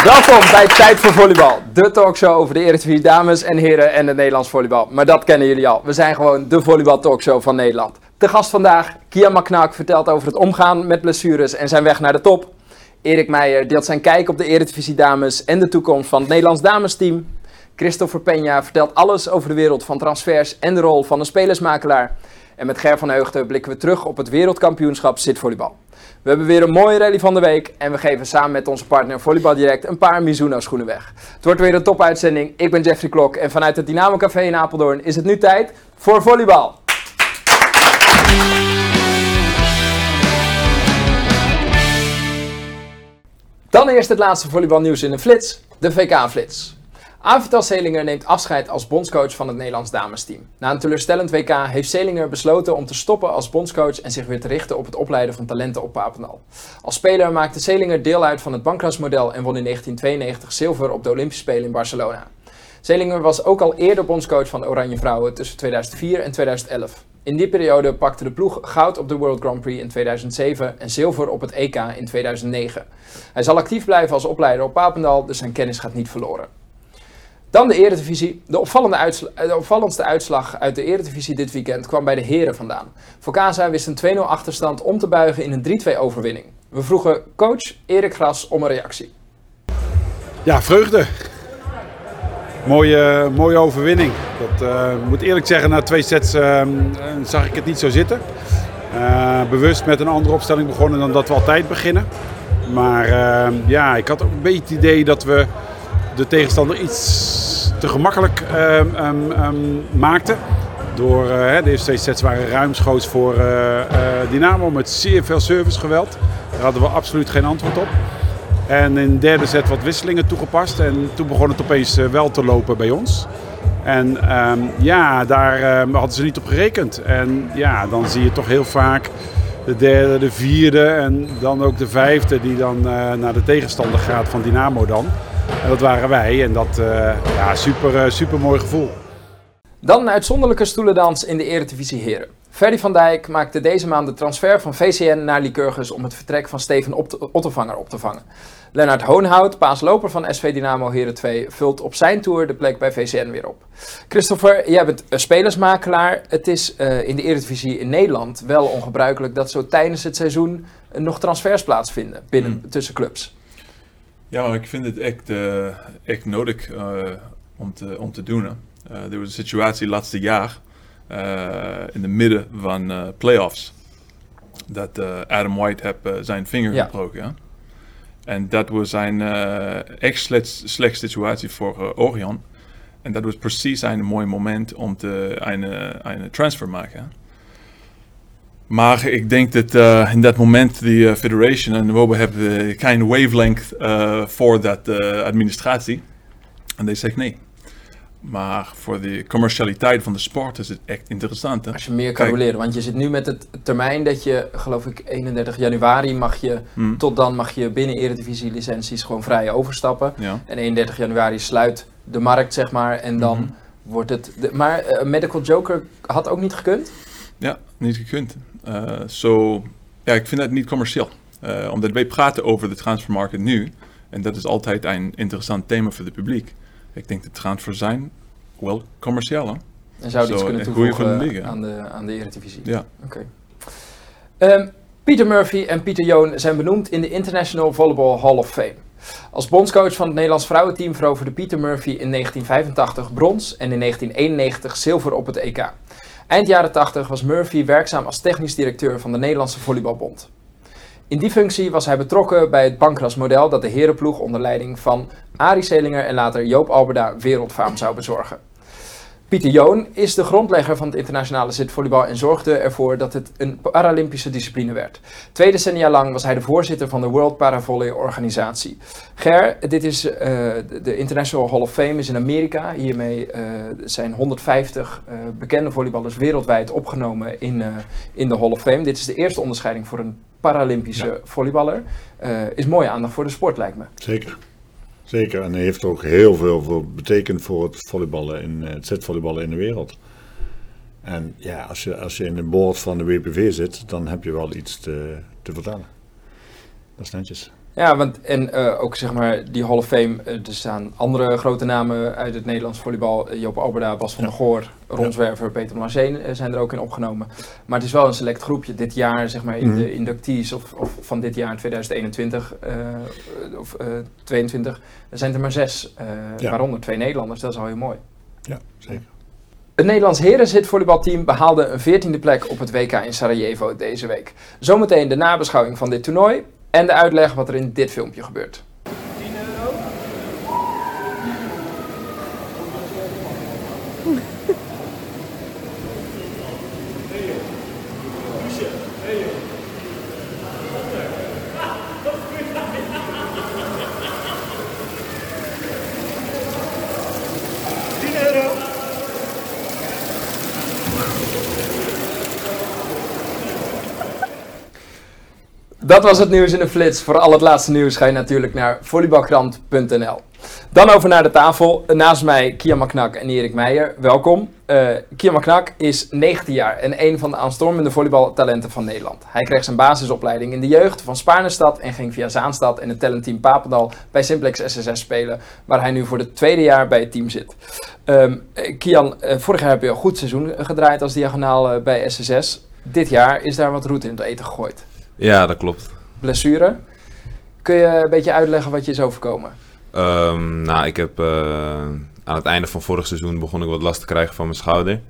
Welkom bij Tijd voor Volleybal, de talkshow over de Eredivisie dames en heren en het Nederlands volleybal. Maar dat kennen jullie al, we zijn gewoon de volleybal talkshow van Nederland. De gast vandaag, Kian Maknak, vertelt over het omgaan met blessures en zijn weg naar de top. Erik Meijer deelt zijn kijk op de Eredivisie dames en de toekomst van het Nederlands damesteam. Christopher Peña vertelt alles over de wereld van transfers en de rol van een spelersmakelaar. En met Ger van Heugden blikken we terug op het wereldkampioenschap zitvolleybal. We hebben weer een mooie rally van de week en we geven samen met onze partner Volleybal Direct een paar Mizuno schoenen weg. Het wordt weer een topuitzending. Ik ben Jeffrey Klok en vanuit het Dynamo Café in Apeldoorn is het nu tijd voor volleybal. Dan eerst het laatste volleybalnieuws in de flits, de VK-flits. Avital Selinger neemt afscheid als bondscoach van het Nederlands damesteam. Na een teleurstellend WK heeft Selinger besloten om te stoppen als bondscoach en zich weer te richten op het opleiden van talenten op Papendal. Als speler maakte Selinger deel uit van het Bankras-model en won in 1992 zilver op de Olympische Spelen in Barcelona. Selinger was ook al eerder bondscoach van de Oranje Vrouwen tussen 2004 en 2011. In die periode pakte de ploeg goud op de World Grand Prix in 2007 en zilver op het EK in 2009. Hij zal actief blijven als opleider op Papendal, dus zijn kennis gaat niet verloren. Dan de Eredivisie. De opvallendste uitslag uit de Eredivisie dit weekend kwam bij de heren vandaan. Focasa wist een 2-0 achterstand om te buigen in een 3-2 overwinning. We vroegen coach Erik Gras om een reactie. Ja, vreugde. Mooie overwinning. Ik moet eerlijk zeggen, na 2 sets zag ik het niet zo zitten. Bewust met een andere opstelling begonnen dan dat we altijd beginnen. Maar ik had ook een beetje het idee dat we de tegenstander iets te gemakkelijk maakten. De eerste 2 sets waren ruimschoots voor Dynamo met zeer veel servicegeweld. Daar hadden we absoluut geen antwoord op. En in de derde set wat wisselingen toegepast. En toen begon het opeens wel te lopen bij ons. En daar hadden ze niet op gerekend. En ja, dan zie je toch heel vaak de derde, de vierde en dan ook de vijfde die dan naar de tegenstander gaat van Dynamo dan. En dat waren wij en dat super mooi gevoel. Dan een uitzonderlijke stoelendans in de Eredivisie heren. Ferdy van Dijk maakte deze maand de transfer van VCN naar Lycurgus om het vertrek van Steven Ottevanger op te vangen. Lennart Hoonhout, paasloper van SV Dynamo Heren 2, vult op zijn tour de plek bij VCN weer op. Christopher, jij bent een spelersmakelaar. Het is in de Eredivisie in Nederland wel ongebruikelijk dat zo tijdens het seizoen nog transfers plaatsvinden tussen clubs. Ja, ik vind het echt nodig om te doen. Er was een situatie laatste jaar in de midden van playoffs dat Adam White heeft zijn vinger gebroken. Ja? En dat was een echt slechte situatie voor Orion. En dat was precies een mooi moment om een transfer te maken. Maar ik denk dat in dat moment de federation en we hebben geen wavelength voor dat administratie. En die zegt nee. Maar voor de commercialiteit van de sport is het echt interessant. Hè? Als je meer kan roleren, want je zit nu met het termijn dat je, geloof ik, 31 januari tot dan mag je binnen Eredivisie licenties gewoon vrij overstappen. Ja. En 31 januari sluit de markt, zeg maar, en dan wordt het... Maar Medical Joker had ook niet gekund? Ja, niet gekund. Ik vind dat niet commercieel. Omdat wij praten over de transfermarkt nu, en dat is altijd een interessant thema voor het publiek. Ik denk dat transfers zijn wel commercieel. Hè? En zou iets kunnen toevoegen aan de Eredivisie? Ja. Okay. Peter Murphy en Pieter Joon zijn benoemd in de International Volleyball Hall of Fame. Als bondscoach van het Nederlands vrouwenteam veroverde Pieter Murphy in 1985 brons en in 1991 zilver op het EK. Eind jaren 80 was Murphy werkzaam als technisch directeur van de Nederlandse Volleybalbond. In die functie was hij betrokken bij het Bankras-model dat de herenploeg onder leiding van Arie Selinger en later Joop Alberda wereldfaam zou bezorgen. Pieter Joon is de grondlegger van het internationale zitvolleybal en zorgde ervoor dat het een Paralympische discipline werd. 2 decennia lang was hij de voorzitter van de World Paravolley organisatie. Ger, dit is de International Hall of Fame is in Amerika. Hiermee zijn 150 bekende volleyballers wereldwijd opgenomen in de Hall of Fame. Dit is de eerste onderscheiding voor een Paralympische volleyballer. Is mooie aandacht voor de sport, lijkt me. Zeker, en hij heeft ook heel veel betekend voor het volleyballen, het zetvolleyballen in de wereld. En ja, als je in de board van de WPV zit, dan heb je wel iets te vertellen. Dat is netjes. Ja, want ook zeg maar die Hall of Fame, er staan andere grote namen uit het Nederlands volleybal. Joop Alberda, Bas van der Goor, Ron Zwerver, Peter Blanchet zijn er ook in opgenomen. Maar het is wel een select groepje. Dit jaar, zeg maar, in de inductees of van dit jaar 2021 of 22, zijn er maar 6. Waaronder 2 Nederlanders, dat is al heel mooi. Ja, zeker. Het Nederlands herenzitvolleybalteam behaalde een 14e plek op het WK in Sarajevo deze week. Zometeen de nabeschouwing van dit toernooi en de uitleg wat er in dit filmpje gebeurt. Dat was het nieuws in de flits. Voor al het laatste nieuws ga je natuurlijk naar volleybalkrant.nl. Dan over naar de tafel. Naast mij Kian Maknak en Erik Meijer. Welkom. Kian Maknak is 19 jaar en een van de aanstormende volleybaltalenten van Nederland. Hij kreeg zijn basisopleiding in de jeugd van Spaarnestad en ging via Zaanstad en het talentteam Papendal bij Simplex SSS spelen, waar hij nu voor het 2e jaar bij het team zit. Kian, vorig jaar heb je een goed seizoen gedraaid als diagonaal bij SSS. Dit jaar is daar wat roet in het eten gegooid. Ja, dat klopt. Blessure. Kun je een beetje uitleggen wat je is overkomen? Ik heb aan het einde van vorig seizoen begon ik wat last te krijgen van mijn schouder.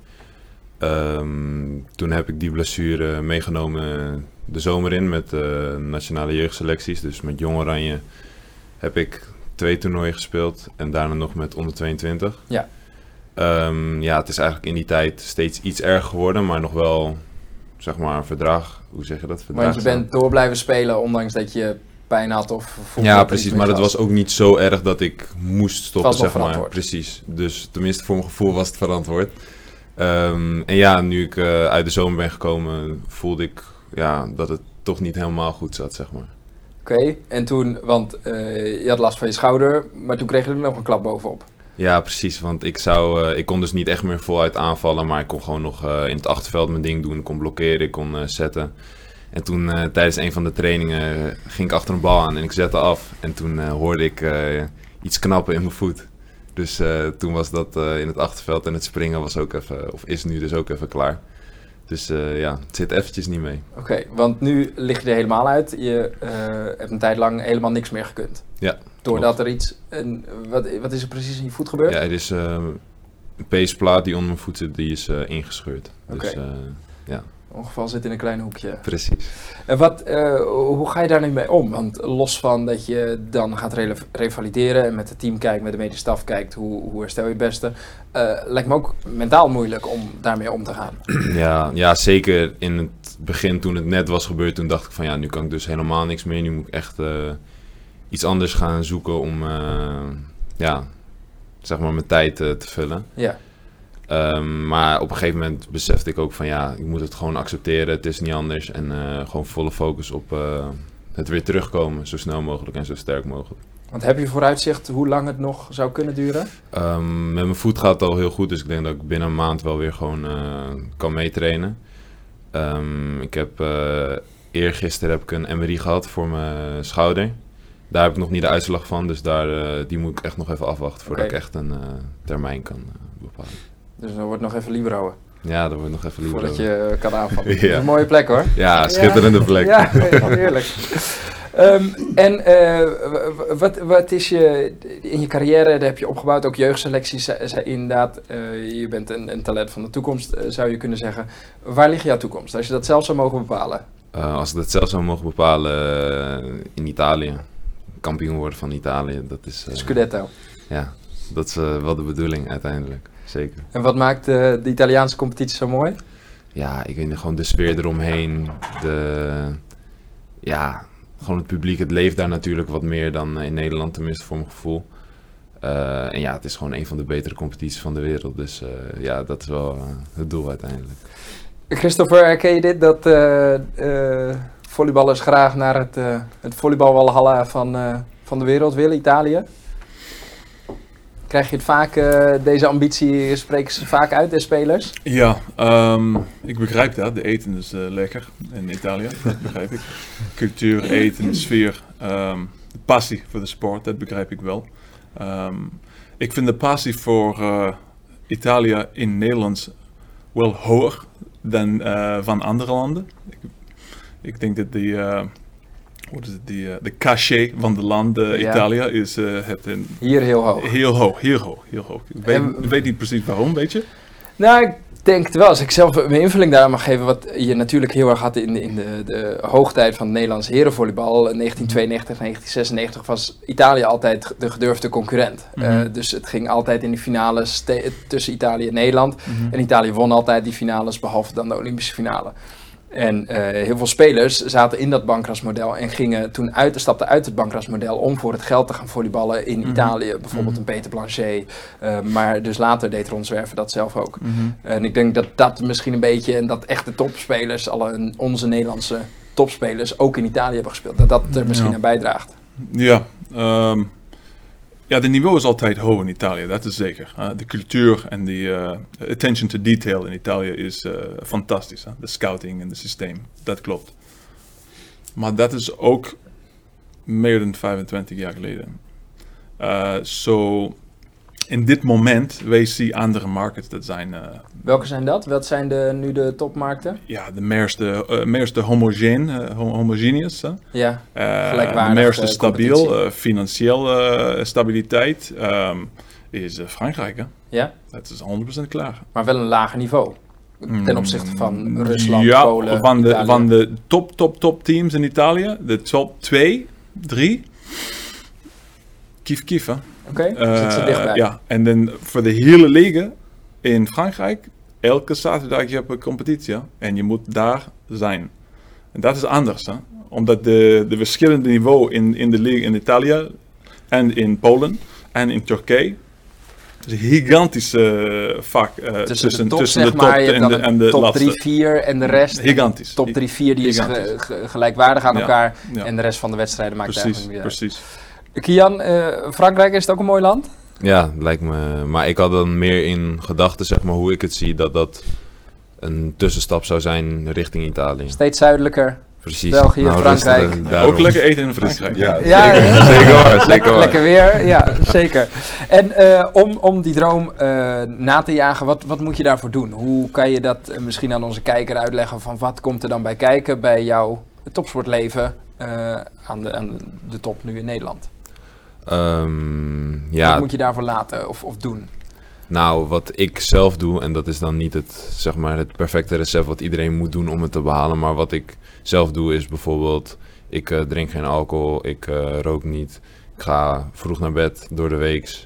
Toen heb ik die blessure meegenomen de zomer in met nationale jeugdselecties. Dus met Jong Oranje heb ik 2 toernooien gespeeld en daarna nog met onder 22. Ja. Het is eigenlijk in die tijd steeds iets erger geworden, maar nog wel, zeg maar, hoe zeg je dat? Want je bent door blijven spelen, ondanks dat je pijn had of voelde. Ja, precies, maar het was ook niet zo erg dat ik moest stoppen, zeg maar. Verantwoord. Precies, dus tenminste voor mijn gevoel was het verantwoord. Nu ik uit de zomer ben gekomen, voelde ik dat het toch niet helemaal goed zat, zeg maar. Oké, en toen, want je had last van je schouder, maar toen kreeg je er nog een klap bovenop. Ja, precies, want ik kon dus niet echt meer voluit aanvallen, maar ik kon gewoon nog in het achterveld mijn ding doen. Ik kon blokkeren, ik kon zetten. En toen tijdens een van de trainingen ging ik achter een bal aan en ik zette af. En toen hoorde ik iets knappen in mijn voet. Dus toen was dat in het achterveld en het springen was ook even, of is nu dus ook even klaar. Dus het zit eventjes niet mee. Oké, want nu lig je er helemaal uit. Je hebt een tijd lang helemaal niks meer gekund. Ja. Doordat er iets... Wat is er precies in je voet gebeurd? Ja, er is een peesplaat die onder mijn voet zit, die is ingescheurd. Oké. Dus Ongeval zit in een klein hoekje. Precies. En hoe ga je daar nu mee om? Want los van dat je dan gaat revalideren en met het team kijkt, met de medische staf kijkt, hoe herstel je het beste, lijkt me ook mentaal moeilijk om daarmee om te gaan. Ja, zeker in het begin toen het net was gebeurd, toen dacht ik van nu kan ik dus helemaal niks meer. Nu moet ik echt iets anders gaan zoeken om zeg maar mijn tijd te vullen. Ja. Maar op een gegeven moment besefte ik ook van ik moet het gewoon accepteren, het is niet anders. En gewoon volle focus op het weer terugkomen, zo snel mogelijk en zo sterk mogelijk. Want heb je vooruitzicht hoe lang het nog zou kunnen duren? Met mijn voet gaat het al heel goed, dus ik denk dat ik binnen een maand wel weer gewoon kan meetrainen. Ik heb eergisteren heb ik een MRI gehad voor mijn schouder. Daar heb ik nog niet de uitslag van, dus die moet ik echt nog even afwachten voordat ik echt een termijn kan bepalen. Dus dan wordt nog even libero. Ja, dat wordt nog even libero. Voordat je kan aanvallen. Ja. Dat is een mooie plek hoor. Ja, schitterende plek. Ja, heerlijk. Wat is je in je carrière, daar heb je opgebouwd, ook jeugdselecties inderdaad. Je bent een talent van de toekomst, zou je kunnen zeggen. Waar ligt jouw toekomst, als je dat zelf zou mogen bepalen? Als ik dat zelf zou mogen bepalen, in Italië. Kampioen worden van Italië, dat is... Scudetto. Ja, dat is wel de bedoeling uiteindelijk, zeker. En wat maakt de Italiaanse competitie zo mooi? Ja, ik weet niet, gewoon de sfeer eromheen, gewoon het publiek, het leeft daar natuurlijk wat meer dan in Nederland, tenminste voor mijn gevoel. Het is gewoon een van de betere competities van de wereld, dus dat is wel het doel uiteindelijk. Christopher, herken je dit, dat volleyballers graag naar het volleybalwalhalla van de wereld willen, Italië? Krijg je het vaak, deze ambitie spreken ze vaak uit, de spelers? Ja, ik begrijp dat. De eten is lekker in Italië, dat begrijp ik. Cultuur, eten, sfeer De passie voor de sport, dat begrijp ik wel. Ik vind de passie voor Italië in Nederland wel hoger dan van andere landen. Ik denk dat de cachet van de landen Italië is hier heel hoog. Heel hoog. Ik weet niet precies waarom, weet je? Nou, ik denk het wel. Als ik zelf mijn invulling daar mag geven, wat je natuurlijk heel erg had in de hoogtijd van het Nederlands herenvolleybal, 1992, 1996, was Italië altijd de gedurfde concurrent. Dus het ging altijd in de finales tussen Italië en Nederland. En Italië won altijd die finales, behalve dan de Olympische finale. En heel veel spelers zaten in dat bankrasmodel en stapten uit het bankrasmodel om voor het geld te gaan volleyballen in Italië. Bijvoorbeeld een Peter Blanchet. Maar dus later deed Ron Zwerver dat zelf ook. En ik denk dat misschien een beetje, en dat echt de topspelers, onze Nederlandse topspelers, ook in Italië hebben gespeeld. Dat er misschien aan bijdraagt. Ja, de niveau is altijd hoog in Italië, dat is zeker. De cultuur en de attention to detail in Italië is fantastisch. De scouting en het systeem, dat klopt. Maar dat is ook meer dan 25 jaar geleden. In dit moment, wij zien andere markets dat zijn... Welke zijn dat? Wat zijn nu de topmarkten? Ja, de meeste homogeneous. Ja, gelijkwaardig. De meeste stabiel, financieel stabiliteit is Frankrijk. Hè? Ja? Dat is 100% klaar. Maar wel een lager niveau. Ten opzichte van Rusland, Polen, van de top teams in Italië, de top 2, 3, kief, hè. Oké, zit ze dichtbij. Ja, en dan voor de hele liga in Frankrijk, elke zaterdag je hebt een competitie en je moet daar zijn. En dat is anders, hè? Omdat de verschillende niveau in de liga in Italië en in Polen en in Turkije is een gigantische vak tussen de top en de top laatste. 3, 4 en de rest. Gigantisch. Top 3, 4 die is gelijkwaardig aan elkaar en de rest van de wedstrijden maakt eigenlijk niet uit. Precies. Kian, Frankrijk, is het ook een mooi land? Ja, lijkt me. Maar ik had dan meer in gedachten, zeg maar, hoe ik het zie, dat een tussenstap zou zijn richting Italië. Steeds zuidelijker. Precies. België, Frankrijk. Ook lekker eten in Frankrijk. Ja, zeker waar. Lekker weer, ja, zeker. En om die droom na te jagen, wat moet je daarvoor doen? Hoe kan je dat misschien aan onze kijker uitleggen van wat komt er dan bij kijken bij jouw topsportleven aan de top nu in Nederland? Wat moet je daarvoor laten of doen? Nou, wat ik zelf doe, en dat is dan niet het perfecte recept wat iedereen moet doen om het te behalen, maar wat ik zelf doe is bijvoorbeeld, ik drink geen alcohol, ik rook niet, ik ga vroeg naar bed door de weeks.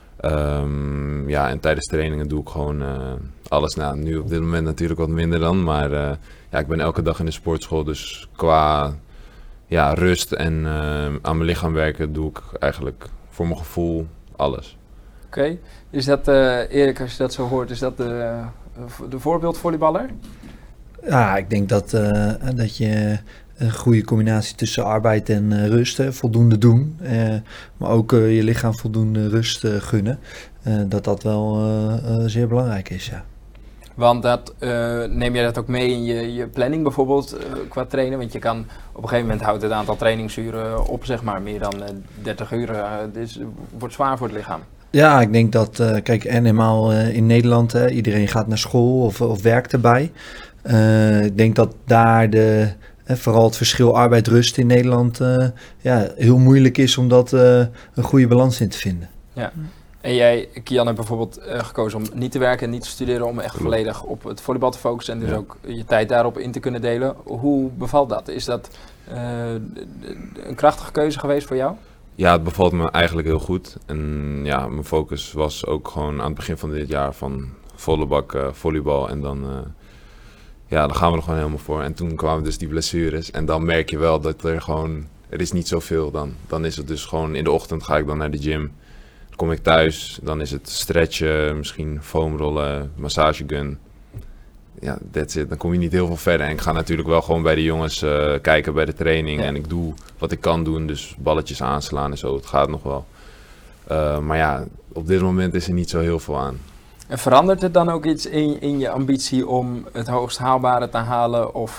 En tijdens trainingen doe ik gewoon alles. Nou, nu op dit moment natuurlijk wat minder dan, maar ik ben elke dag in de sportschool, dus qua rust en aan mijn lichaam werken doe ik eigenlijk voor mijn gevoel alles. Oké. Is dat, Erik, als je dat zo hoort, is dat de voorbeeldvolleyballer? Ja, ik denk dat je een goede combinatie tussen arbeid en rust, voldoende doen, maar ook je lichaam voldoende rust gunnen, dat wel zeer belangrijk is, ja. Want neem jij dat ook mee in je planning bijvoorbeeld qua trainen? Want je kan op een gegeven moment houdt het aantal trainingsuren op, zeg maar, meer dan 30 uur. Dit wordt zwaar voor het lichaam. Ja, ik denk dat, kijk, en helemaal in Nederland, iedereen gaat naar school of werkt erbij. Ik denk dat daar vooral het verschil arbeid-rust in Nederland heel moeilijk is om dat een goede balans in te vinden. Ja. En jij, Kian, hebt bijvoorbeeld gekozen om niet te werken en niet te studeren, om echt volledig op het volleybal te focussen en dus ook je tijd daarop in te kunnen delen. Hoe bevalt dat? Is dat een krachtige keuze geweest voor jou? Ja, het bevalt me eigenlijk heel goed. En ja, mijn focus was ook gewoon aan het begin van dit jaar van volle bak volleybal. En dan gaan we er gewoon helemaal voor. En toen kwamen dus die blessures. En dan merk je wel dat er is niet zoveel dan. Dan is het dus gewoon, in de ochtend ga ik dan naar de gym. Dan kom ik thuis, dan is het stretchen, misschien foamrollen, massagegun. Ja, that's it. Dan kom je niet heel veel verder. En ik ga natuurlijk wel gewoon bij de jongens kijken bij de training. Ja. En ik doe wat ik kan doen. Dus balletjes aanslaan en zo. Het gaat nog wel. Maar ja, op dit moment is er niet zo heel veel aan. En verandert het dan ook iets in je ambitie om het hoogst haalbare te halen? Of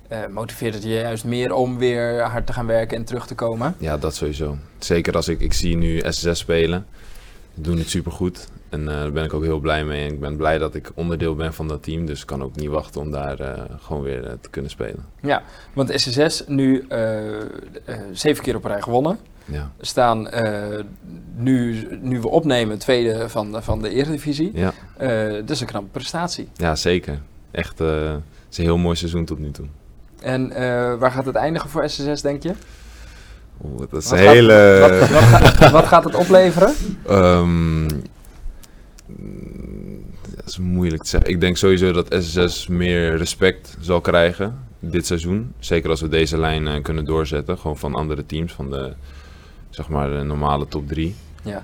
motiveert het je juist meer om weer hard te gaan werken en terug te komen? Ja, dat sowieso. Zeker als ik zie nu SSS spelen. Die doen het supergoed. En daar ben ik ook heel blij mee. En ik ben blij dat ik onderdeel ben van dat team. Dus ik kan ook niet wachten om daar gewoon weer te kunnen spelen. Ja, want SSS nu 7 keer op rij gewonnen. Ja. Staan nu we opnemen tweede van de Eredivisie. Ja. Dat is een knappe prestatie. Ja, zeker. Echt, het is een heel mooi seizoen tot nu toe. En waar gaat het eindigen voor SSS, denk je? Dat is een hele... Wat gaat het opleveren? Dat is moeilijk te zeggen. Ik denk sowieso dat SSS meer respect zal krijgen dit seizoen. Zeker als we deze lijn kunnen doorzetten. Gewoon van andere teams, van de, zeg maar, de normale top 3. Ja.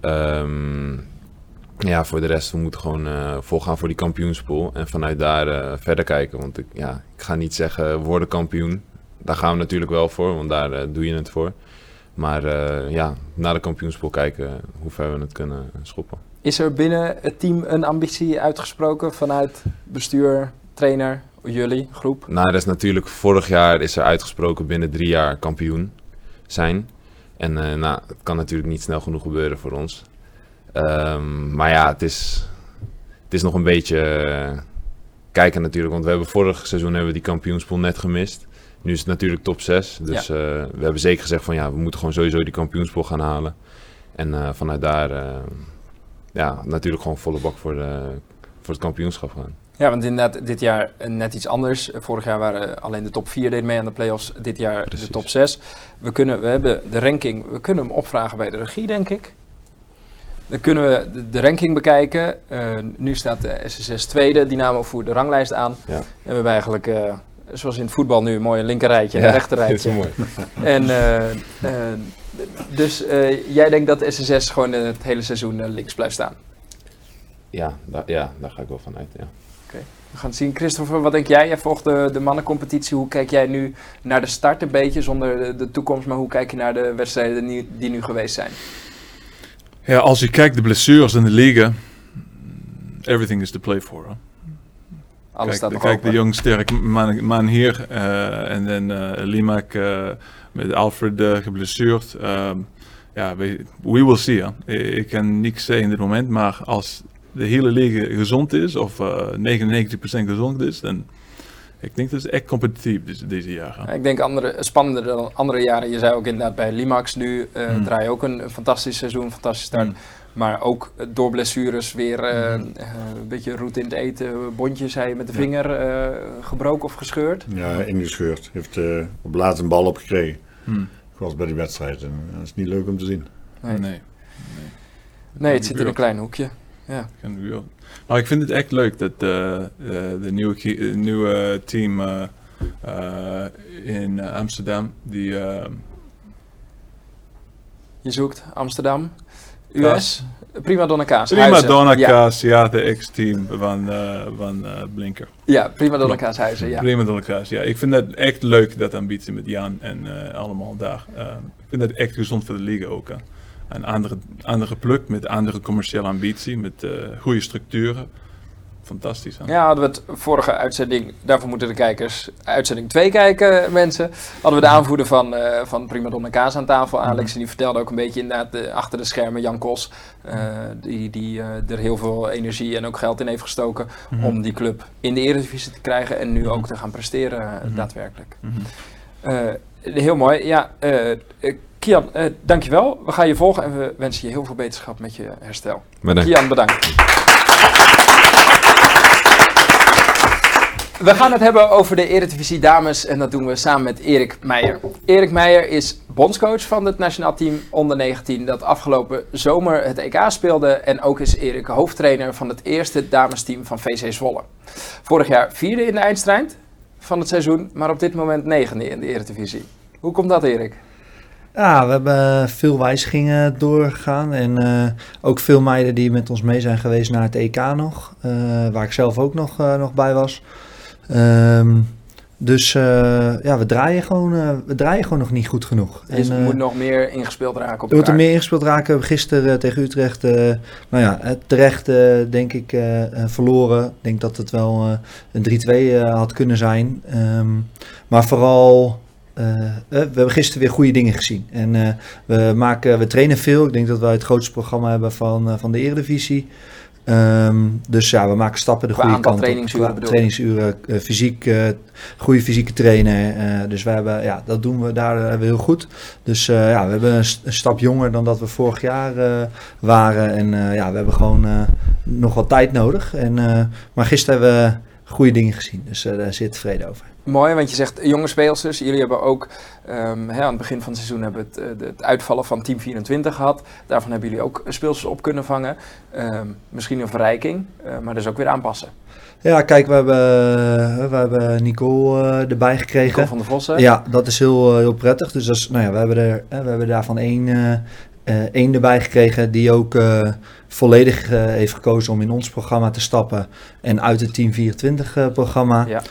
Ja, voor de rest, we moeten gewoon volgaan voor die kampioenspool. En vanuit daar verder kijken. Want ik ga niet zeggen, we worden kampioen. Daar gaan we natuurlijk wel voor, want daar doe je het voor. Maar naar de kampioenspool kijken hoe ver we het kunnen schoppen. Is er binnen het team een ambitie uitgesproken vanuit bestuur, trainer, jullie, groep? Nou, dat is natuurlijk vorig jaar is er uitgesproken binnen 3 jaar kampioen zijn. En het kan natuurlijk niet snel genoeg gebeuren voor ons. Maar ja, het is nog een beetje kijken natuurlijk. Want vorig seizoen hebben we die kampioenspool net gemist. Nu is het natuurlijk top 6. Dus we hebben zeker gezegd van we moeten gewoon sowieso die kampioenspool gaan halen. En vanuit daar natuurlijk gewoon volle bak voor het kampioenschap gaan. Ja, want inderdaad dit jaar net iets anders. Vorig jaar waren alleen de top 4 deden mee aan de play-offs. Dit jaar Precies. De top 6. We hebben de ranking, we kunnen hem opvragen bij de regie, denk ik. Dan kunnen we de ranking bekijken. Nu staat de SSS tweede, Dynamo voert de ranglijst aan. Ja. En we hebben eigenlijk, zoals in het voetbal nu, een mooie linkerrijtje en een rechterrijtje. Dat is mooi. En dus jij denkt dat SSS gewoon het hele seizoen links blijft staan? Ja, daar ga ik wel van uit, ja. Okay. We gaan het zien. Christopher, wat denk jij? Jij volgt de mannencompetitie. Hoe kijk jij nu naar de start een beetje, zonder de toekomst, maar hoe kijk je naar de wedstrijden die nu geweest zijn? Ja, als je kijkt de blessures in de liga, everything is to play for. Hè? Alles staat nog kijk open. De jong sterk man hier en dan Limac met Alfred geblesseerd. We will see. Hè? Ik kan niks zeggen in dit moment, maar als de hele liga gezond is of 99% gezond is, dan ik denk dat het echt competitief is deze jaren. Ja, ik denk spannender dan andere jaren. Je zei ook inderdaad bij Limax nu draai je ook een fantastisch seizoen, fantastisch start. Maar ook door blessures weer een beetje roet in het eten. Bondje, zei je, met de vinger gebroken of gescheurd? Ja, ingescheurd. Heeft op laatst een bal opgekregen. Ik was bij die wedstrijd en dat is niet leuk om te zien. Nee, het zit in een klein hoekje. Ja. Maar ik vind het echt leuk dat de nieuwe team in Amsterdam, die... Je zoekt Amsterdam, US, Prima Donna Kaas. Prima Donna Kaas, ja, de ex-team van Blinker. Ja, Prima Donna Kaas Huizen, ja. Prima Donna Kaas, ja. Ik vind het echt leuk, dat ambitie met Jan en allemaal daar. Ik vind het echt gezond voor de liga ook. Een andere pluk met andere commerciële ambitie, met goede structuren. Fantastisch. Hè? Ja, hadden we het vorige uitzending, daarvoor moeten de kijkers uitzending 2 kijken, mensen. Hadden we de aanvoerder van Prima Donna Kaas aan tafel, Alex. En die vertelde ook een beetje inderdaad achter de schermen, Jan Kos. Die er heel veel energie en ook geld in heeft gestoken om die club in de Eredivisie te krijgen en nu ook te gaan presteren daadwerkelijk. Heel mooi. Ja, Kian, dankjewel. We gaan je volgen en we wensen je heel veel beterschap met je herstel. Bedankt. Kian, bedankt. We gaan het hebben over de Eredivisie Dames en dat doen we samen met Erik Meijer. Erik Meijer is bondscoach van het nationaal team onder 19 dat afgelopen zomer het EK speelde. En ook is Erik hoofdtrainer van het eerste damesteam van VC Zwolle. Vorig jaar 4e in de eindstrijd van het seizoen, maar op dit moment 9e in de Eredivisie. Hoe komt dat, Erik? Ja, we hebben veel wijzigingen doorgegaan en ook veel meiden die met ons mee zijn geweest naar het EK nog, waar ik zelf ook nog bij was. Dus we draaien gewoon nog niet goed genoeg. Dus er moet nog meer ingespeeld raken op er moet er elkaar. meer ingespeeld raken. Gisteren tegen Utrecht, terecht denk ik verloren. Ik denk dat het wel een 3-2 had kunnen zijn. Maar vooral, we hebben gisteren weer goede dingen gezien. En we trainen veel. Ik denk dat wij het grootste programma hebben van de Eredivisie. Dus we maken stappen de goede kant op. Trainingsuren, fysiek, goede fysieke trainen. Dus we hebben, dat doen we daar heel goed. Dus we hebben een stap jonger dan dat we vorig jaar waren. En we hebben gewoon nog wat tijd nodig. Maar gisteren hebben we goede dingen gezien. Dus daar zit tevreden over. Mooi, want je zegt jonge speelsters. Jullie hebben ook aan het begin van het seizoen hebben het uitvallen van Team 24 gehad. Daarvan hebben jullie ook speelsters op kunnen vangen. Misschien een verrijking, maar dus ook weer aanpassen. Ja, kijk, we hebben Nicole erbij gekregen. Nicole van der Vossen. Ja, dat is heel prettig. Dus dat is, we hebben daarvan één erbij gekregen die ook volledig heeft gekozen om in ons programma te stappen. En uit het Team 24 programma. Ja.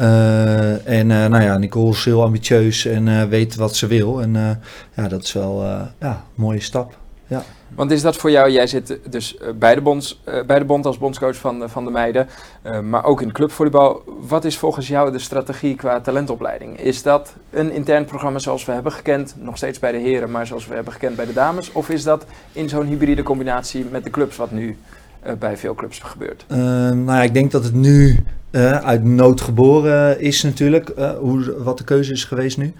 Nicole is heel ambitieus en weet wat ze wil. En dat is wel een mooie stap. Ja. Want is dat voor jou, jij zit dus bij de bond als bondscoach van de meiden, maar ook in het clubvolleybal. Wat is volgens jou de strategie qua talentopleiding? Is dat een intern programma zoals we hebben gekend, nog steeds bij de heren, maar zoals we hebben gekend bij de dames? Of is dat in zo'n hybride combinatie met de clubs wat nu bij veel clubs gebeurt? Ik denk dat het nu uit nood geboren is natuurlijk, wat de keuze is geweest nu.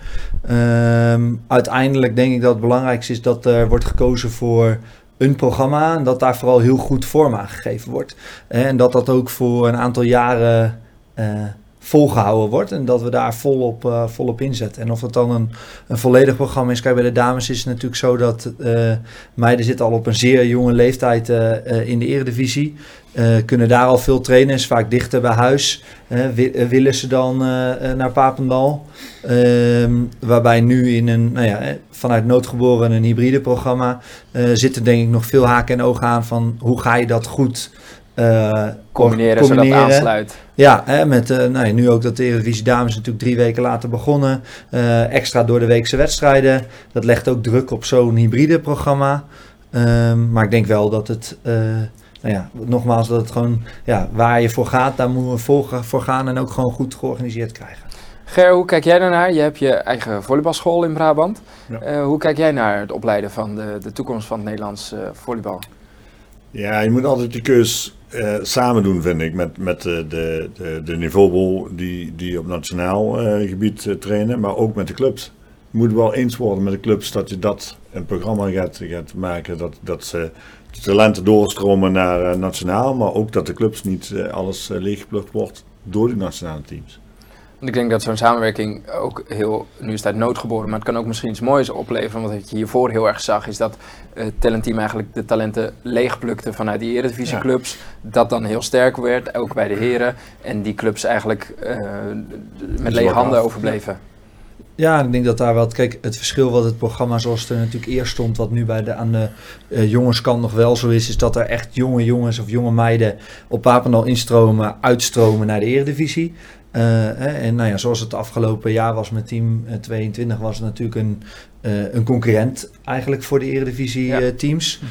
Uiteindelijk denk ik dat het belangrijkste is dat er wordt gekozen voor een programma en dat daar vooral heel goed vorm aan gegeven wordt. En dat ook voor een aantal jaren volgehouden wordt en dat we daar volop inzetten. En of het dan een volledig programma is, kijk, bij de dames is het natuurlijk zo dat meiden zitten al op een zeer jonge leeftijd in de Eredivisie. Kunnen daar al veel trainen, is vaak dichter bij huis. Willen ze dan naar Papendal? Waarbij nu in vanuit noodgeboren een hybride programma zitten denk ik nog veel haken en ogen aan van hoe ga je dat goed combineren zodat aansluit. Ja, met nu ook dat de Eredivisie dames natuurlijk 3 weken later begonnen. Extra door de weekse wedstrijden. Dat legt ook druk op zo'n hybride programma. Maar ik denk wel dat het nogmaals, dat het gewoon, waar je voor gaat, daar moeten we voor gaan en ook gewoon goed georganiseerd krijgen. Ger, hoe kijk jij daarnaar? Je hebt je eigen volleybalschool in Brabant. Ja. Hoe kijk jij naar het opleiden van de toekomst van het Nederlands volleybal? Ja, je moet altijd die keus samen doen, vind ik, met de niveaubol die op nationaal gebied trainen, maar ook met de clubs. Je moet wel eens worden met de clubs dat je dat een programma gaat maken, dat ze de talenten doorstromen naar nationaal, maar ook dat de clubs niet alles leeggeplukt wordt door die nationale teams. Want ik denk dat zo'n samenwerking ook nu is het uit nood geboren, maar het kan ook misschien iets moois opleveren. Want wat je hiervoor heel erg zag is dat het talentteam eigenlijk de talenten leegplukte vanuit die eredivisieclubs. Ja. Dat dan heel sterk werd, ook bij de heren. En die clubs eigenlijk met lege handen overbleven. Ja, ik denk dat daar wat, kijk, het verschil wat het programma zoals het er natuurlijk eerst stond, wat nu aan de jongenskant nog wel zo is dat er echt jonge jongens of jonge meiden op Papendal uitstromen naar de Eredivisie. Zoals het afgelopen jaar was met Team 22 was het natuurlijk een concurrent eigenlijk voor de Eredivisie teams.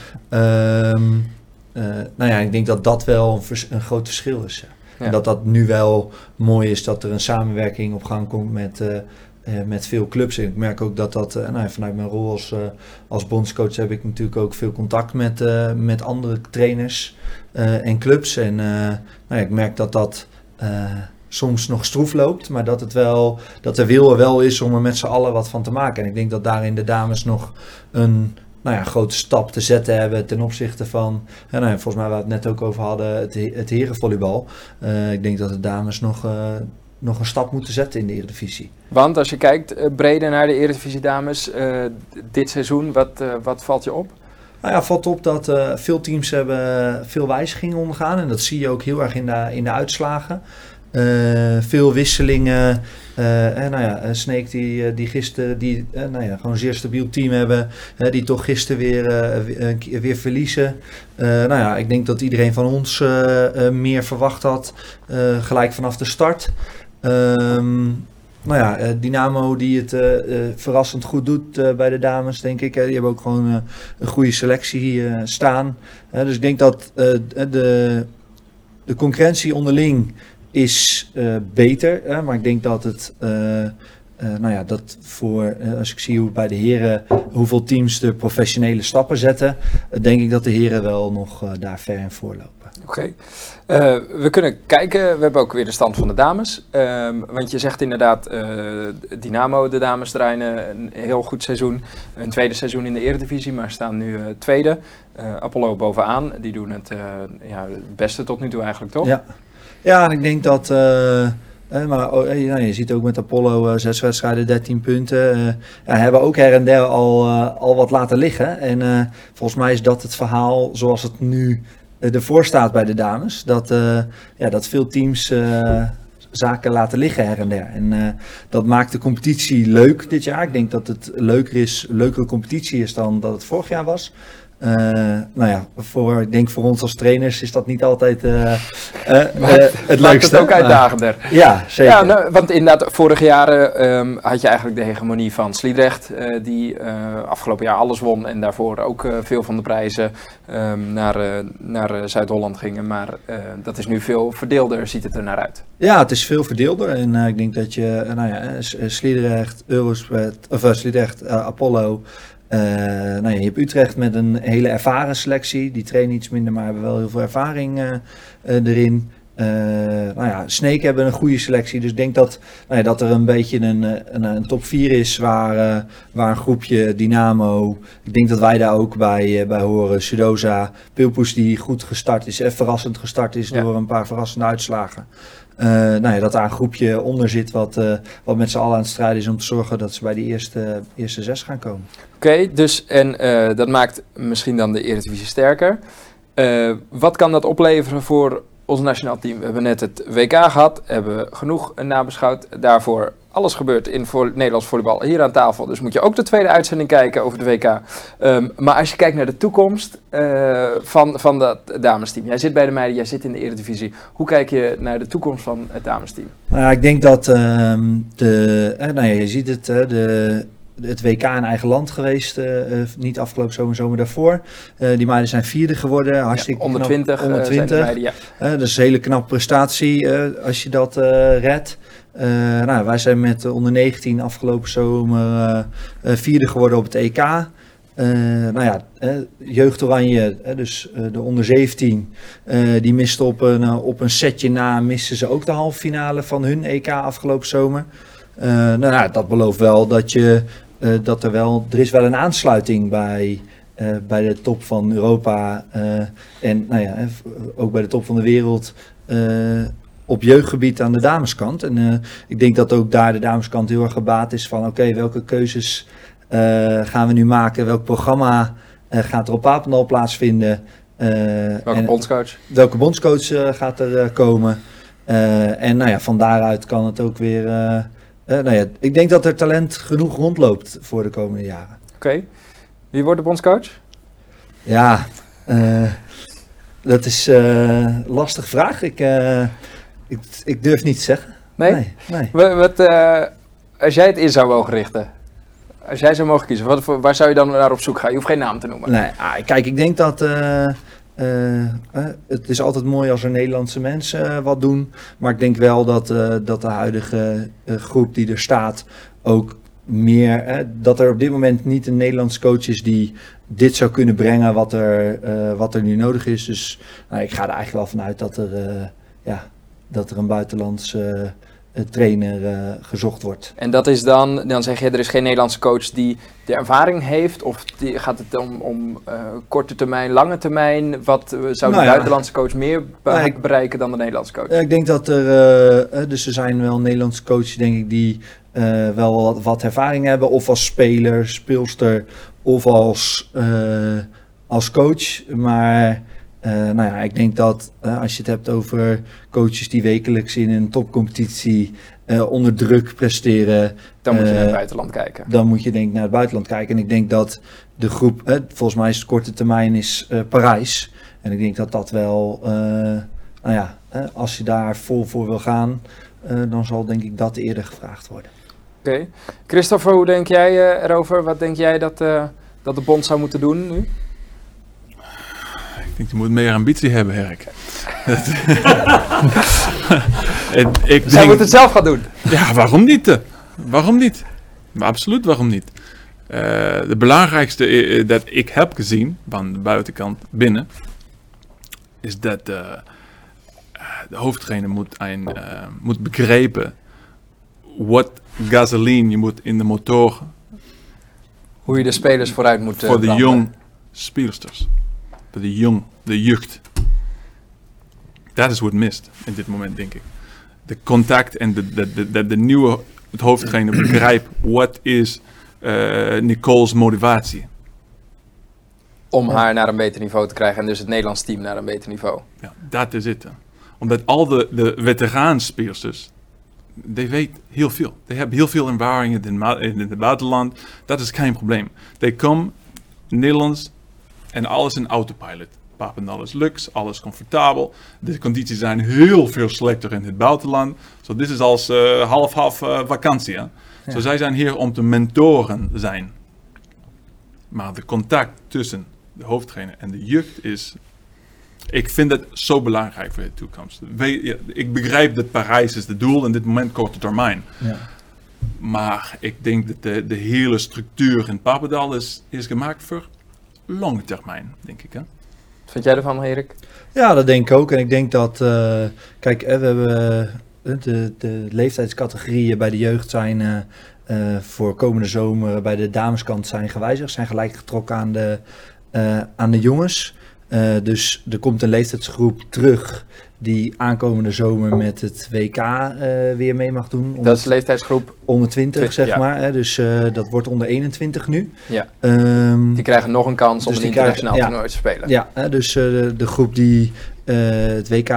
Ik denk dat dat wel een groot verschil is. Ja. En dat nu wel mooi is dat er een samenwerking op gang komt met veel clubs. En ik merk ook dat vanuit mijn rol als bondscoach heb ik natuurlijk ook veel contact met andere trainers en clubs. En ik merk dat soms nog stroef loopt, maar dat de wil er wel is om er met z'n allen wat van te maken. En ik denk dat daarin de dames nog een grote stap te zetten hebben ten opzichte van, volgens mij waar we het net ook over hadden, het herenvolleybal. Ik denk dat de dames nog een stap moeten zetten in de Eredivisie. Want als je kijkt breder naar de Eredivisie dames dit seizoen, wat valt je op? Valt op dat veel teams hebben veel wijzigingen ondergaan en dat zie je ook heel erg in de uitslagen. Veel wisselingen. Sneek die gisteren gewoon een zeer stabiel team hebben. Die toch gisteren weer verliezen. Ik denk dat iedereen van ons meer verwacht had. Gelijk vanaf de start. Dynamo die het verrassend goed doet bij de dames, denk ik. Die hebben ook gewoon een goede selectie staan. Dus ik denk dat de concurrentie onderling is beter. Maar ik denk dat het... als ik zie hoe bij de heren, hoeveel teams de professionele stappen zetten, denk ik dat de heren wel nog daar ver in voorlopen. Oké. We kunnen kijken, we hebben ook weer de stand van de dames. Want je zegt inderdaad, Dynamo, de dames draaien een heel goed seizoen. Een tweede seizoen in de Eredivisie, maar staan nu tweede. Apollo bovenaan, die doen het beste tot nu toe eigenlijk, toch? Ja, en ik denk dat... je ziet ook met Apollo 6 wedstrijden, 13 punten. Hebben ook her en der al wat laten liggen. En volgens mij is dat het verhaal zoals het nu ervoor staat bij de dames. Dat veel teams zaken laten liggen her en der. En dat maakt de competitie leuk dit jaar. Ik denk dat het leukere competitie is dan dat het vorig jaar was. Ik denk voor ons als trainers is dat niet altijd het leukste. Maakt het ook uitdagender. Ja, zeker. Ja, want inderdaad, vorige jaren had je eigenlijk de hegemonie van Sliedrecht, die afgelopen jaar alles won en daarvoor ook veel van de prijzen naar Zuid-Holland gingen. Maar dat is nu veel verdeelder, ziet het er naar uit. Ja, het is veel verdeelder en ik denk dat je Sliedrecht, Sliedrecht, Apollo... je hebt Utrecht met een hele ervaren selectie. Die trainen iets minder, maar hebben wel heel veel ervaring erin. Sneek hebben een goede selectie. Dus ik denk dat er een beetje een top 4 is waar een groepje Dynamo... Ik denk dat wij daar ook bij horen. Sudosa, Pilpoes die goed gestart is. Verrassend gestart is door een paar verrassende uitslagen. Dat daar een groepje onder zit wat met z'n allen aan het strijden is om te zorgen dat ze bij die eerste 6 gaan komen. Oké, dus dat maakt misschien dan de Eredivisie sterker. Wat kan dat opleveren voor ons nationaal team? We hebben net het WK gehad, hebben genoeg nabeschouwd. Daarvoor alles gebeurt in Nederlands volleybal hier aan tafel. Dus moet je ook de tweede uitzending kijken over de WK. Maar als je kijkt naar de toekomst van dat damesteam. Jij zit bij de meiden, jij zit in de Eredivisie. Hoe kijk je naar de toekomst van het damesteam? Ik denk dat je ziet het... Het WK in eigen land geweest, niet afgelopen zomer daarvoor. Die meiden zijn 4e geworden, hartstikke onder knap. 20 onder 20. Zijn de meiden, ja. Dat is een hele knappe prestatie als je dat redt. Wij zijn met onder 19 afgelopen zomer 4e geworden op het EK. Jeugd Oranje, dus de onder 17, die miste op een setje na, misten ze ook de halve finale van hun EK afgelopen zomer. Dat belooft wel dat er is wel een aansluiting bij de top van Europa ook bij de top van de wereld op jeugdgebied aan de dameskant. En ik denk dat ook daar de dameskant heel erg gebaat is van welke keuzes gaan we nu maken, welk programma gaat er op Papendal plaatsvinden. Welke bondscoach gaat er komen. Van daaruit kan het ook weer... ik denk dat er talent genoeg rondloopt voor de komende jaren. Oké. Wie wordt de bondscoach? Ja, dat is een lastige vraag. Ik durf niet te zeggen. Nee? Als jij het in zou mogen richten, als jij zou mogen kiezen, waar zou je dan naar op zoek gaan? Je hoeft geen naam te noemen. Nee, kijk, ik denk dat... het is altijd mooi als er Nederlandse mensen wat doen. Maar ik denk wel dat de huidige groep die er staat ook meer... dat er op dit moment niet een Nederlandse coach is die dit zou kunnen brengen wat er nu nodig is. Dus ik ga er eigenlijk wel vanuit dat er een buitenlandse trainer gezocht wordt. En dat is dan zeg je, er is geen Nederlandse coach die de ervaring heeft? Of gaat het om korte termijn, lange termijn? Wat zou de buitenlandse coach meer bereiken dan de Nederlandse coach? Ik denk dat dus er zijn wel Nederlandse coaches, denk ik, die wel wat ervaring hebben. Of als speler, speelster, of als coach. Maar... ik denk dat als je het hebt over coaches die wekelijks in een topcompetitie onder druk presteren... Dan moet je naar het buitenland kijken. Dan moet je denk ik naar het buitenland kijken. En ik denk dat de groep, volgens mij is het korte termijn is Parijs. En ik denk dat dat wel, als je daar vol voor wil gaan... dan zal denk ik dat eerder gevraagd worden. Oké. Christopher, hoe denk jij erover? Wat denk jij dat de bond zou moeten doen nu? Ik denk, je moet meer ambitie hebben, Herk. Zij moeten het zelf gaan doen. Ja, waarom niet? Waarom niet? Maar absoluut, waarom niet? De belangrijkste dat ik heb gezien, van de buitenkant binnen, is dat de hoofdtrainer moet begrijpen wat gasoline je moet in de motor Hoe je de spelers vooruit moet voor de jong speelsters. Voor de jeugd. Dat is wat mist in dit moment, denk ik. De contact en de nieuwe hoofdtrainer begrijpt wat is Nicole's motivatie. Om haar naar een beter niveau te krijgen en dus het Nederlands team naar een beter niveau. Ja, dat is het. Omdat al de veteraanspelers, die weten heel veel. Die hebben heel veel ervaring in het buitenland. Dat is geen probleem. Die komen Nederlands en alles in autopilot. Papendal is luxe, alles comfortabel. De condities zijn heel veel slechter in het buitenland. So, dit is als half vakantie. Hè? Ja. So, zij zijn hier om te mentoren zijn. Maar de contact tussen de hoofdtrainer en de jeugd is... Ik vind het zo belangrijk voor de toekomst. Ik begrijp dat Parijs is het doel en dit moment korte termijn. Ja. Maar ik denk dat de hele structuur in Papendal is gemaakt voor lange termijn, denk ik. Hè? Wat vind jij ervan, Erik? Ja, dat denk ik ook. En ik denk dat, kijk, we hebben de leeftijdscategorieën bij de jeugd zijn voor komende zomer bij de dameskant zijn gewijzigd. Zijn gelijk getrokken aan de jongens. Dus er komt een leeftijdsgroep terug die aankomende zomer met het WK weer mee mag doen. Dat is de leeftijdsgroep onder 20, zeg ja. maar. Hè? Dus dat wordt onder 21 nu. Ja. Die krijgen nog een kans om dus een internationaal krijgen, toernooi te spelen. Ja, dus de groep die het WK,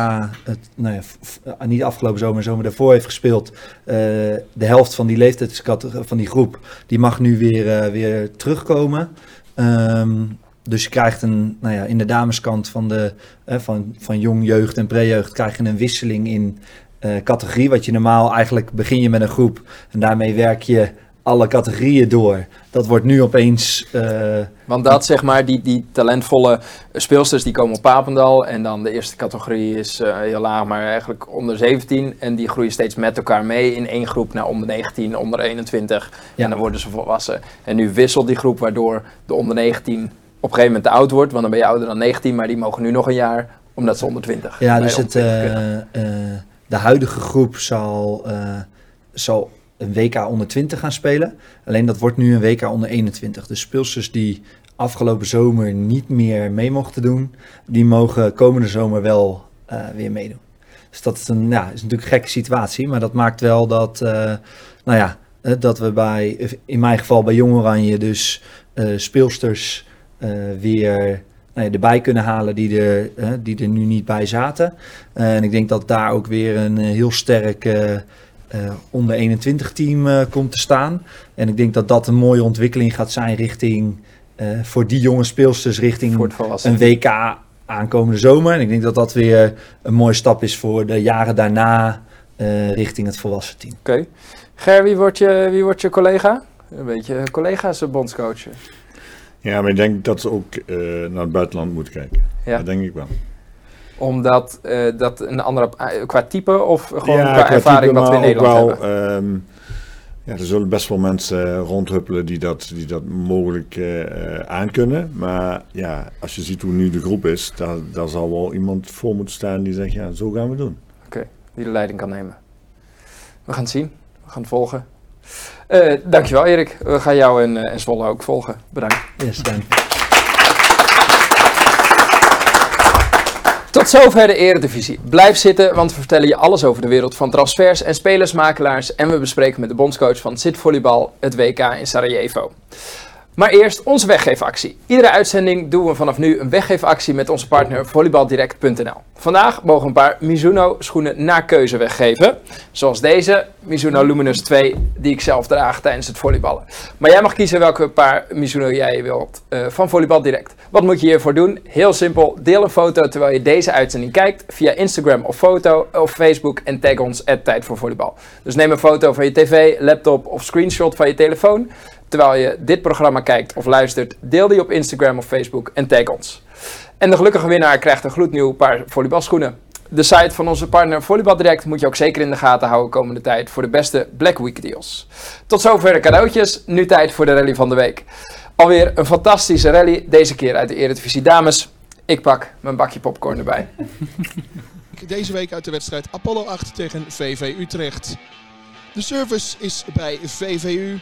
niet afgelopen zomer daarvoor heeft gespeeld. De helft van die leeftijdscategorie van die groep, die mag nu weer terugkomen. Dus je krijgt in de dameskant van jong jeugd en pre-jeugd krijg je een wisseling in categorie. Wat je normaal eigenlijk begin je met een groep en daarmee werk je alle categorieën door. Dat wordt nu opeens... Want dat zeg maar, die talentvolle speelsters die komen op Papendal en dan de eerste categorie is heel laag, maar eigenlijk onder 17 en die groeien steeds met elkaar mee in één groep naar onder 19, onder 21 Ja. en dan worden ze volwassen. En nu wisselt die groep waardoor de onder 19 op een gegeven moment te oud wordt, want dan ben je ouder dan 19, maar die mogen nu nog een jaar, omdat ze onder 20 Ja, bij dus onder 20 kunnen. de huidige groep zal een WK onder 20 gaan spelen. Alleen dat wordt nu een WK onder 21. Dus speelsters die afgelopen zomer niet meer mee mochten doen, die mogen komende zomer wel weer meedoen. Dus dat is is natuurlijk een gekke situatie, maar dat maakt wel dat, dat we in mijn geval bij Jong Oranje dus speelsters weer erbij kunnen halen die er nu niet bij zaten. En ik denk dat daar ook weer een heel sterk onder 21 team komt te staan. En ik denk dat dat een mooie ontwikkeling gaat zijn richting voor die jonge speelsters richting een WK aankomende zomer. En ik denk dat dat weer een mooie stap is voor de jaren daarna richting het volwassen team. Oké. Ger, wie wordt je collega? Een beetje collega's bondscoach. Ja, maar ik denk dat ze ook naar het buitenland moeten kijken. Ja. Dat denk ik wel. Omdat dat een andere qua type of gewoon Ja, qua ervaring type, wat we in Nederland wel, hebben? Er zullen best wel mensen rondhuppelen die dat mogelijk aankunnen. Maar ja, als je ziet hoe nu de groep is, daar zal wel iemand voor moeten staan die zegt, ja, zo gaan we doen. Oké, die de leiding kan nemen. We gaan het zien. We gaan het volgen. Dankjewel Erik. We gaan jou en Zwolle ook volgen. Bedankt. Yes, dank. Tot zover de Eredivisie. Blijf zitten, want we vertellen je alles over de wereld van transfers en spelersmakelaars. En we bespreken met de bondscoach van Zit Volleybal het WK in Sarajevo. Maar eerst onze weggeefactie. Iedere uitzending doen we vanaf nu een weggeefactie met onze partner volleybaldirect.nl. Vandaag mogen we een paar Mizuno schoenen naar keuze weggeven. Zoals deze Mizuno Luminous 2 die ik zelf draag tijdens het volleyballen. Maar jij mag kiezen welke paar Mizuno jij wilt van Volleybal Direct. Wat moet je hiervoor doen? Heel simpel, deel een foto terwijl je deze uitzending kijkt via Instagram of Facebook en tag ons @tijdvoorvolleybal. Dus neem een foto van je tv, laptop of screenshot van je telefoon. Terwijl je dit programma kijkt of luistert, deel die op Instagram of Facebook en tag ons. En de gelukkige winnaar krijgt een gloednieuw paar volleybalschoenen. De site van onze partner Volleybal Direct moet je ook zeker in de gaten houden komende tijd voor de beste Black Week deals. Tot zover de cadeautjes, nu tijd voor de rally van de week. Alweer een fantastische rally, deze keer uit de Eredivisie Dames. Ik pak mijn bakje popcorn erbij. Deze week uit de wedstrijd Apollo 8 tegen VV Utrecht. De service is bij VVU.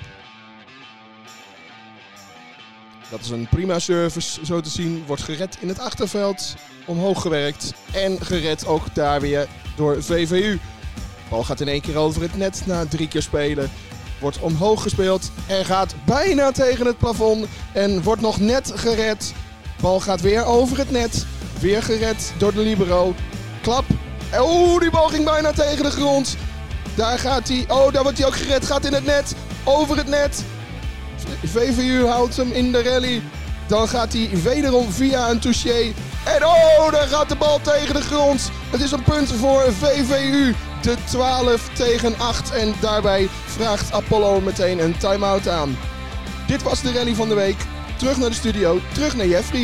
Dat is een prima service, zo te zien. Wordt gered in het achterveld, omhoog gewerkt en gered ook daar weer door VVU. De bal gaat in 1 keer over het net na 3 keer spelen. Wordt omhoog gespeeld en gaat bijna tegen het plafond en wordt nog net gered. Bal gaat weer over het net, weer gered door de libero. Klap. Die bal ging bijna tegen de grond. Daar gaat hij. Daar wordt hij ook gered. Gaat in het net. Over het net. VVU houdt hem in de rally. Dan gaat hij wederom via een touché. En daar gaat de bal tegen de grond. Het is een punt voor VVU. De 12-8. En daarbij vraagt Apollo meteen een time-out aan. Dit was de rally van de week. Terug naar de studio. Terug naar Jeffrey.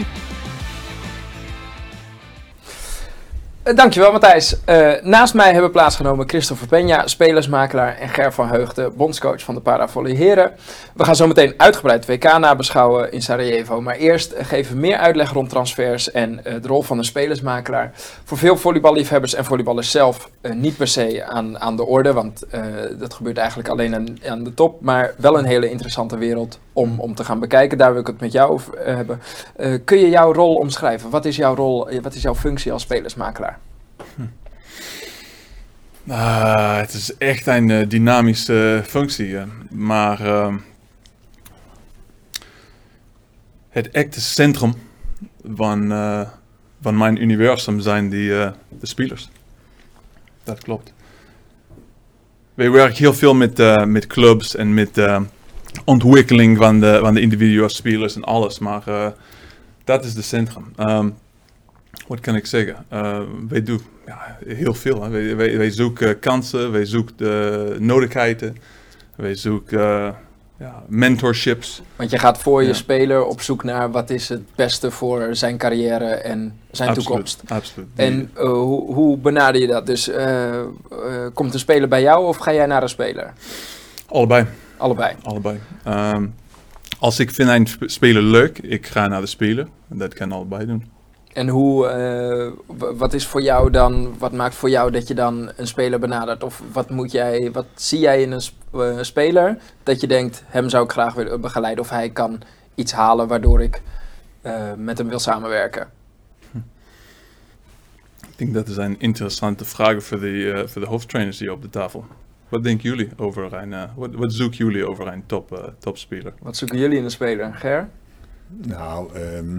Dankjewel Matthijs. Naast mij hebben plaatsgenomen Christopher Peña, spelersmakelaar en Ger van Heugden, bondscoach van de Paravolley Heren. We gaan zo meteen uitgebreid WK nabeschouwen in Sarajevo, maar eerst geven we meer uitleg rond transfers en de rol van een spelersmakelaar. Voor veel volleyballiefhebbers en volleyballers zelf niet per se aan de orde, want dat gebeurt eigenlijk alleen aan de top, maar wel een hele interessante wereld om te gaan bekijken. Daar wil ik het met jou over hebben. Kun je jouw rol omschrijven? Wat is jouw rol, wat is jouw functie als spelersmakelaar? Het is echt een dynamische functie, maar het echte centrum van mijn universum zijn de spelers. Dat klopt. Wij werken heel veel met clubs en met ontwikkeling van de individuele spelers en alles, maar dat is het centrum. Wat kan ik zeggen? Wij doen heel veel. Hè. Wij zoeken kansen, wij zoeken de nodigheden, wij zoeken mentorships. Want je gaat voor je speler op zoek naar wat is het beste voor zijn carrière en zijn toekomst. Absoluut. En hoe benader je dat? Dus komt een speler bij jou of ga jij naar een speler? Allebei. Als ik vind een speler leuk, ik ga naar de speler. Dat kan allebei doen. En wat is voor jou dan, wat maakt voor jou dat je dan een speler benadert? Of wat zie jij in een speler dat je denkt, hem zou ik graag willen begeleiden of hij kan iets halen waardoor ik met hem wil samenwerken? Ik denk dat is een interessante vraag voor de hoofdtrainers hier op de tafel. Wat denken jullie over wat zoeken jullie over een topspeler? Wat zoeken jullie in een speler, Ger? Nou,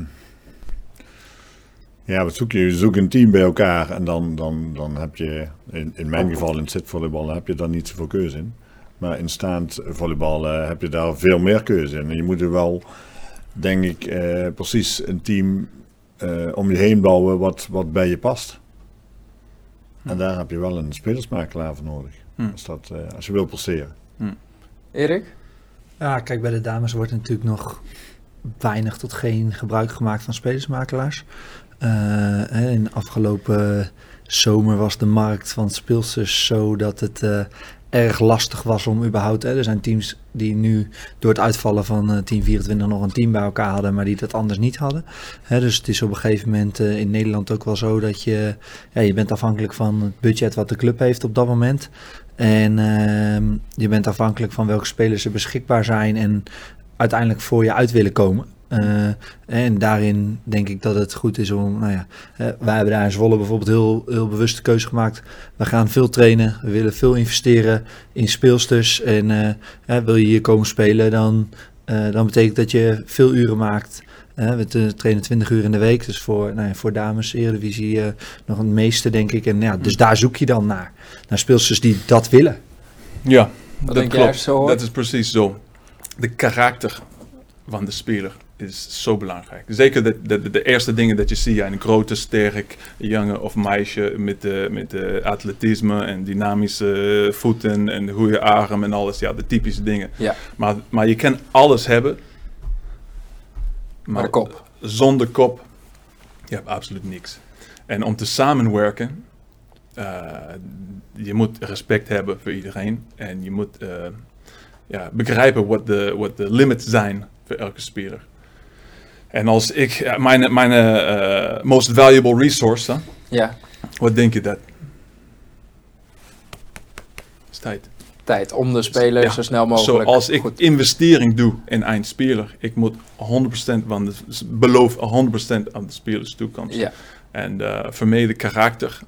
wat zoek je? Je zoekt een team bij elkaar en dan heb je, in mijn geval in het zitvolleybal, heb je daar niet zoveel keuze in. Maar in staand volleybal heb je daar veel meer keuze in. En je moet er wel, denk ik, precies een team om je heen bouwen wat bij je past. En daar heb je wel een spelersmakelaar voor nodig. Als je wil presteren. Erik? Ja, kijk, bij de dames wordt natuurlijk nog weinig tot geen gebruik gemaakt van spelersmakelaars. In de afgelopen zomer was de markt van speelsters zo dat het erg lastig was om überhaupt... er zijn teams die nu door het uitvallen van Team 24 nog een team bij elkaar hadden, maar die dat anders niet hadden. Dus het is op een gegeven moment in Nederland ook wel zo dat je bent afhankelijk van het budget wat de club heeft op dat moment. En je bent afhankelijk van welke spelers er beschikbaar zijn en uiteindelijk voor je uit willen komen. En daarin denk ik dat het goed is om, wij hebben daar in Zwolle bijvoorbeeld heel bewust de keuze gemaakt. We gaan veel trainen, we willen veel investeren in speelsters en wil je hier komen spelen, dan dan betekent dat je veel uren maakt. We trainen 20 uur in de week, dus voor dames Eredivisie nog het meeste, denk ik. En dus daar zoek je dan naar speelsters die dat willen. Ja, Wat dat denk jij klopt. als je zo hoort? Dat is precies zo. De karakter van de speler is zo belangrijk. Zeker de eerste dingen dat je ziet, een grote, sterk jongen of meisje met atletisme en dynamische voeten en goede arm en alles. Ja, de typische dingen. Ja. Maar je kan alles hebben. Maar de kop. Zonder kop, je hebt absoluut niks. En om te samenwerken, je moet respect hebben voor iedereen. En je moet begrijpen wat de limits zijn voor elke speler. En als ik, mijn most valuable resource, wat denk je dat? Is tijd. Tijd om de speler zo snel mogelijk. Als ik investering doe in een speler, ik moet 100% beloof 100% aan de spelers toekomst. Ja. En voor mij de karakter,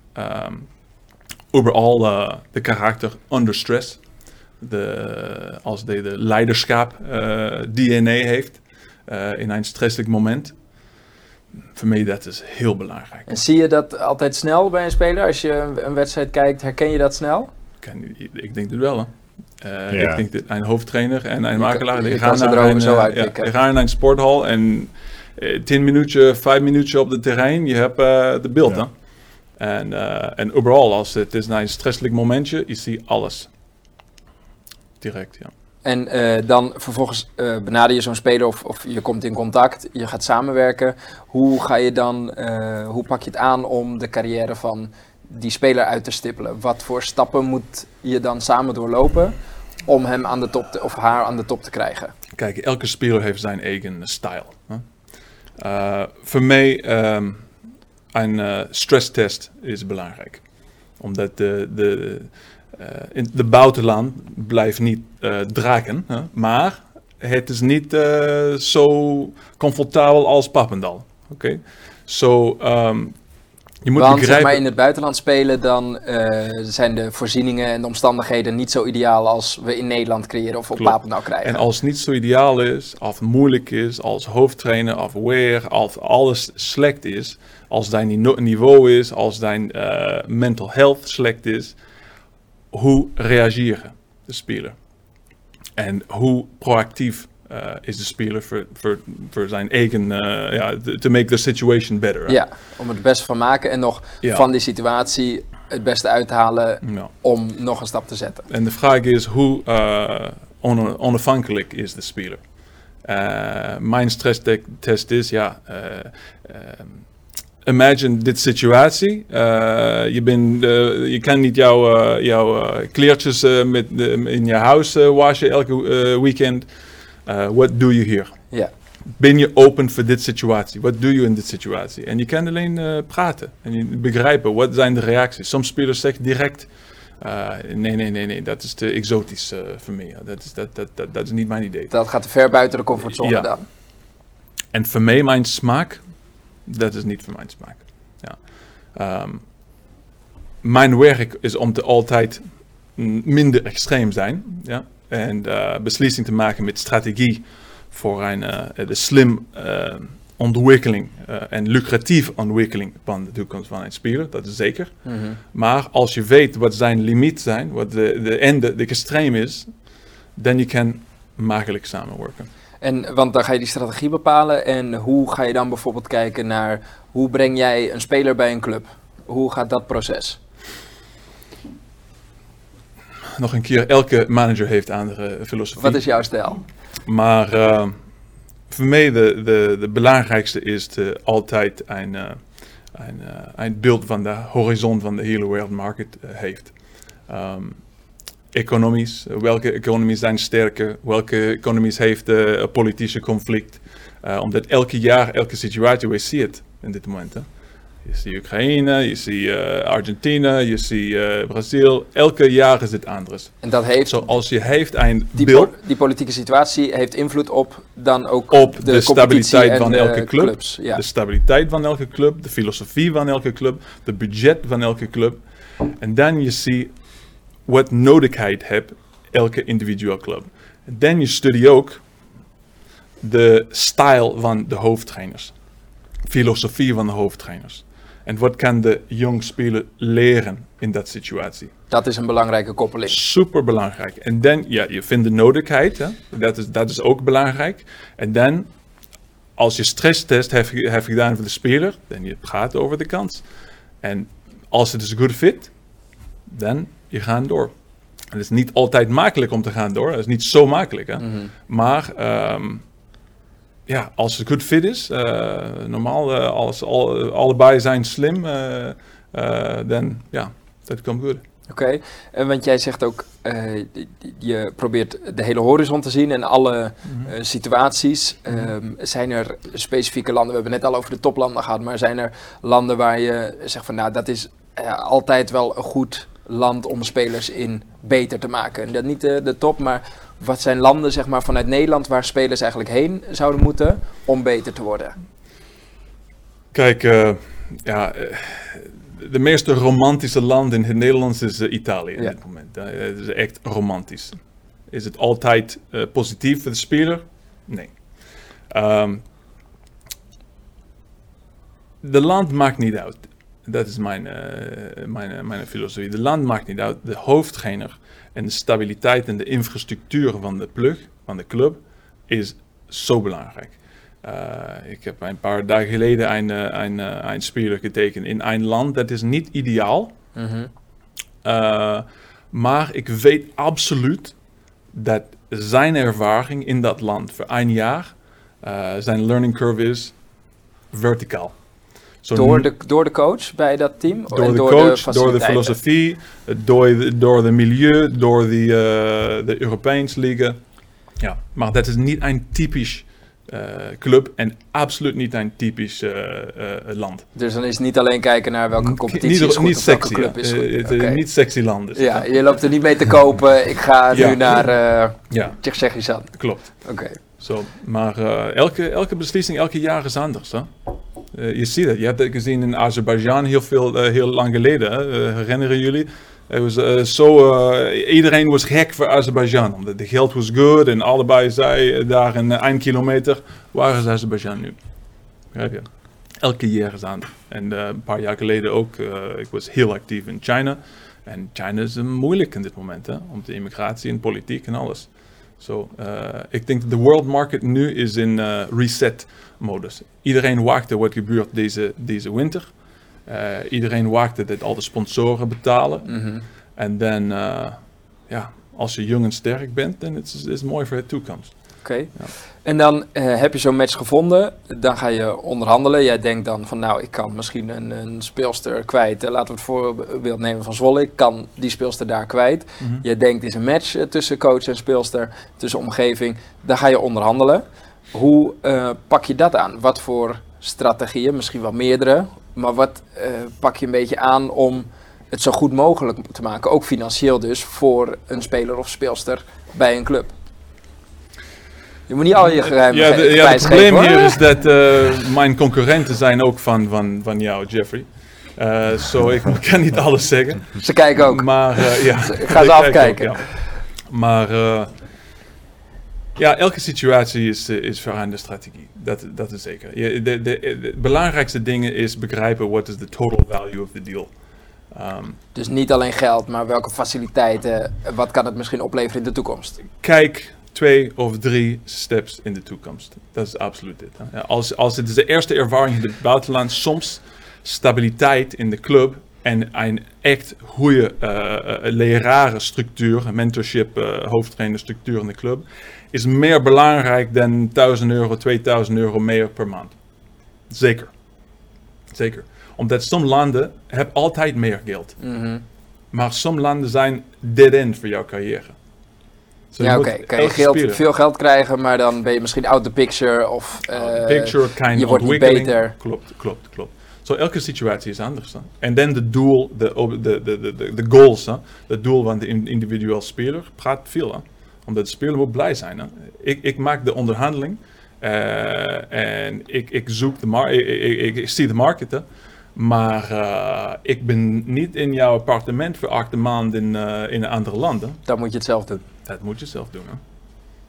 overal de karakter under stress, als hij de leiderschap DNA heeft in een stresselijk moment. Voor mij dat is heel belangrijk. En zie je dat altijd snel bij een speler? Als je een wedstrijd kijkt, herken je dat snel? Ik denk het wel. Hè. Ik denk dat een hoofdtrainer en een makelaar die gaan naar een sporthal en 10 minuutjes, 5 minuutjes op het terrein, je hebt de beeld. Ja. En overal, als het is een stresselijk momentje, je ziet alles. Direct, ja. En dan vervolgens benader je zo'n speler of je komt in contact, je gaat samenwerken. Hoe ga je dan, hoe pak je het aan om de carrière van die speler uit te stippelen? Wat voor stappen moet je dan samen doorlopen om hem aan de top of haar aan de top te krijgen? Kijk, elke speler heeft zijn eigen stijl. Voor mij een stresstest is belangrijk. Omdat in de buitenland blijft niet draken, maar het is niet zo comfortabel als Papendal. Okay? Je moet begrijpen. Zeg maar in het buitenland spelen, dan zijn de voorzieningen en de omstandigheden niet zo ideaal als we in Nederland creëren of op Papendal krijgen. En als het niet zo ideaal is, of moeilijk is, als hoofdtrainer of weer, als alles slecht is, als dein niveau is, als dein mental health slecht is, hoe reageren de speler? En hoe proactief is de speler voor zijn eigen, to make the situation better. Ja, om er het beste van maken en nog van die situatie het beste uit te halen om nog een stap te zetten. En de vraag is, hoe onafhankelijk is de speler? Mijn stresstest is, imagine dit situatie. Je kan niet jouw kleertjes in je huis wassen elke weekend. What do you here? Yeah. Ben je open voor dit situatie? What do you in dit situatie? En je kan alleen praten en je begrijpen wat zijn de reacties. Soms spelers zeggen direct, nee, dat is te exotisch voor mij. Dat is niet mijn idee. Dat gaat te ver buiten de comfortzone dan. En voor mij, mijn smaak, dat is niet voor mijn smaak. Ja. Mijn werk is om te altijd minder extreem zijn. Ja? En beslissing te maken met strategie voor de slim ontwikkeling en lucratieve ontwikkeling van de toekomst van een speler. Dat is zeker. Mm-hmm. Maar als je weet wat zijn limieten zijn, wat de extreem is, dan je kan makkelijk samenwerken. En want dan ga je die strategie bepalen en hoe ga je dan bijvoorbeeld kijken naar hoe breng jij een speler bij een club? Hoe gaat dat proces? Nog een keer, elke manager heeft andere filosofie. Wat is jouw stijl? Maar voor mij de belangrijkste is altijd een beeld van de horizon van de hele wereldmarkt heeft. Economies, welke economies zijn sterker, welke economies heeft een politische conflict. Omdat elke jaar, elke situatie, we zien het in dit moment. Hè. Je ziet Oekraïne, je ziet Argentinië, je ziet Brazil. Elke jaar is het anders. En dat heeft... Zoals je heeft een beeld... Die politieke situatie heeft invloed op dan ook op de stabiliteit van elke club. Clubs, ja. De stabiliteit van elke club, de filosofie van elke club, de budget van elke club. En dan je ziet wat nodigheid heeft elke individuele club. En dan je studie ook de stijl van de hoofdtrainers. Filosofie van de hoofdtrainers. En wat kan de jong speler leren in dat situatie? Dat is een belangrijke koppeling. Super belangrijk. En dan, je vindt de nodigheid. Hè? Dat is ook belangrijk. En dan, als je stresstest hebt gedaan voor de speler, dan je praat over de kans. En als het is een good fit, dan je gaat door. Het is niet altijd makkelijk om te gaan door. Het is niet zo makkelijk. Hè? Mhm. Maar als het good fit is, normaal, als allebei zijn slim, dan dat komt goed. Oké, want jij zegt ook, je probeert de hele horizon te zien en alle situaties. Zijn er specifieke landen, we hebben het net al over de toplanden gehad, maar zijn er landen waar je zegt van nou, dat is altijd wel een goed land om spelers in beter te maken? En dat niet de top, maar wat zijn landen zeg maar vanuit Nederland waar spelers eigenlijk heen zouden moeten om beter te worden? Kijk, de meest romantische land in het Nederlands is Italië in dit moment. Het is echt romantisch. Is het altijd positief voor de speler? Nee. De land maakt niet uit. Dat is mijn filosofie. De land maakt niet uit. De hoofdtrainer en de stabiliteit en de infrastructuur van de ploeg, van de club, is zo belangrijk. Ik heb een paar dagen geleden een speler getekend in een land. Dat is niet ideaal. Maar ik weet absoluut dat zijn ervaring in dat land voor 1 jaar, zijn learning curve is verticaal. Door de coach bij dat team? Door de coach, door de filosofie, door de milieu, door de Europese liga. Ja, maar dat is niet een typisch club en absoluut niet een typisch land. Dus dan is het niet alleen kijken naar welke competitie is goed niet of sexy, welke club is goed. Het niet sexy land. Ja, je loopt er niet mee te kopen. Ik ga nu naar Tsjechistan. Klopt. Oké. Maar elke beslissing, elke jaar is anders. Hè? Je ziet het. Je hebt het gezien in Azerbeidzjan heel lang geleden. Herinneren jullie? Iedereen was gek voor Azerbeidzjan. Omdat de geld was goed en allebei zei daar in 1 kilometer. Waar is Azerbeidzjan nu? Begrijp je? Elke jaar is anders. En een paar jaar geleden ook. Ik was heel actief in China. En China is moeilijk in dit moment. Hè? Om de immigratie en politiek en alles. Ik denk dat de world market nu is in reset modus. Iedereen wachtte wat gebeurt deze winter. Iedereen wachtte dat al de sponsoren betalen. En dan, als je jong en sterk bent, dan is het mooi voor de toekomst. Oké. Ja. En dan heb je zo'n match gevonden, dan ga je onderhandelen. Jij denkt dan van nou, ik kan misschien een speelster kwijt. Laten we het voorbeeld nemen van Zwolle. Ik kan die speelster daar kwijt. Jij denkt, het is een match tussen coach en speelster, tussen omgeving. Dan ga je onderhandelen. Hoe pak je dat aan? Wat voor strategieën, misschien wel meerdere, maar wat pak je een beetje aan om het zo goed mogelijk te maken, ook financieel dus, voor een speler of speelster bij een club? Je moet niet al je geheimen het probleem hier is dat mijn concurrenten zijn ook van jou, Jeffrey. Ik kan niet alles zeggen. Ze kijken ook. Maar ga ze afkijken. Ook, ja. Maar elke situatie is voor een strategie. Dat is zeker. De belangrijkste dingen is begrijpen what is the total value of the deal. Dus niet alleen geld, maar welke faciliteiten, wat kan het misschien opleveren in de toekomst? Kijk 2 of 3 steps in de toekomst. Dat is absoluut dit. Hè. Als het is de eerste ervaring in het buitenland, soms stabiliteit in de club en een echt goede lerarenstructuur, mentorship, hoofdtrainerstructuur in de club, is meer belangrijk dan €1.000, €2.000 meer per maand. Zeker. Omdat sommige landen hebben altijd meer geld. Maar sommige landen zijn dead end voor jouw carrière. Kan je veel geld krijgen, maar dan ben je misschien out the picture of je wordt niet beter. Klopt. Elke situatie is anders. Hè? En dan de doel, de goals. Hè? Het doel van de individuele speler praat veel. Hè? Omdat de speler moet blij zijn. Hè? Ik maak de onderhandeling en ik zoek ik zie de markt. Hè? Maar ik ben niet in jouw appartement voor 8 maanden in een ander land. Hè? Dan moet je het zelf doen. Dat moet je zelf doen. Hè?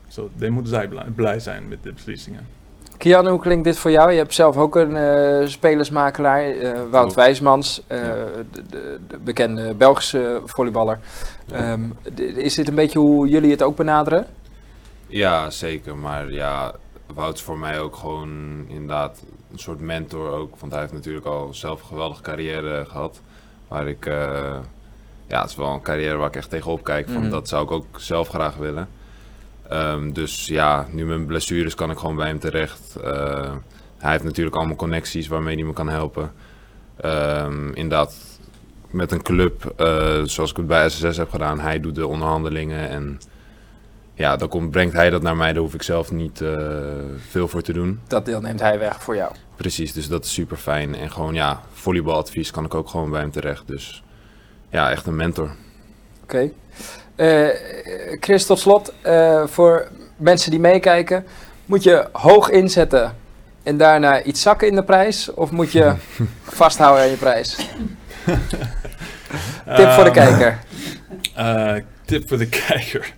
Die moeten zij blij zijn met de beslissingen. Kian, hoe klinkt dit voor jou? Je hebt zelf ook een spelersmakelaar, Wout Wijsmans, de bekende Belgische volleyballer. Is dit een beetje hoe jullie het ook benaderen? Ja, zeker. Maar ja, Wout is voor mij ook gewoon inderdaad een soort mentor ook. Want hij heeft natuurlijk al zelf een geweldige carrière gehad. Waar ik, het is wel een carrière waar ik echt tegenop kijk. Van, dat zou ik ook zelf graag willen. Dus ja, nu met mijn blessures kan ik gewoon bij hem terecht. Hij heeft natuurlijk allemaal connecties waarmee hij me kan helpen. Inderdaad, met een club, zoals ik het bij SSS heb gedaan, hij doet de onderhandelingen. En ja, dan brengt hij dat naar mij, daar hoef ik zelf niet veel voor te doen. Dat deel neemt hij weg voor jou. Precies, dus dat is super fijn. En gewoon ja, volleybaladvies kan ik ook gewoon bij hem terecht. Dus ja, echt een mentor. Oké. Chris, tot slot, voor mensen die meekijken, moet je hoog inzetten en daarna iets zakken in de prijs? Of moet je vasthouden aan je prijs? Tip voor de kijker. Tip voor de kijker.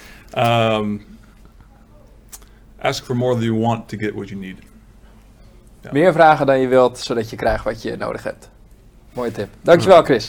Ask for more than you want to get what you need. Ja. Meer vragen dan je wilt, zodat je krijgt wat je nodig hebt. Mooie tip. Dankjewel, Chris.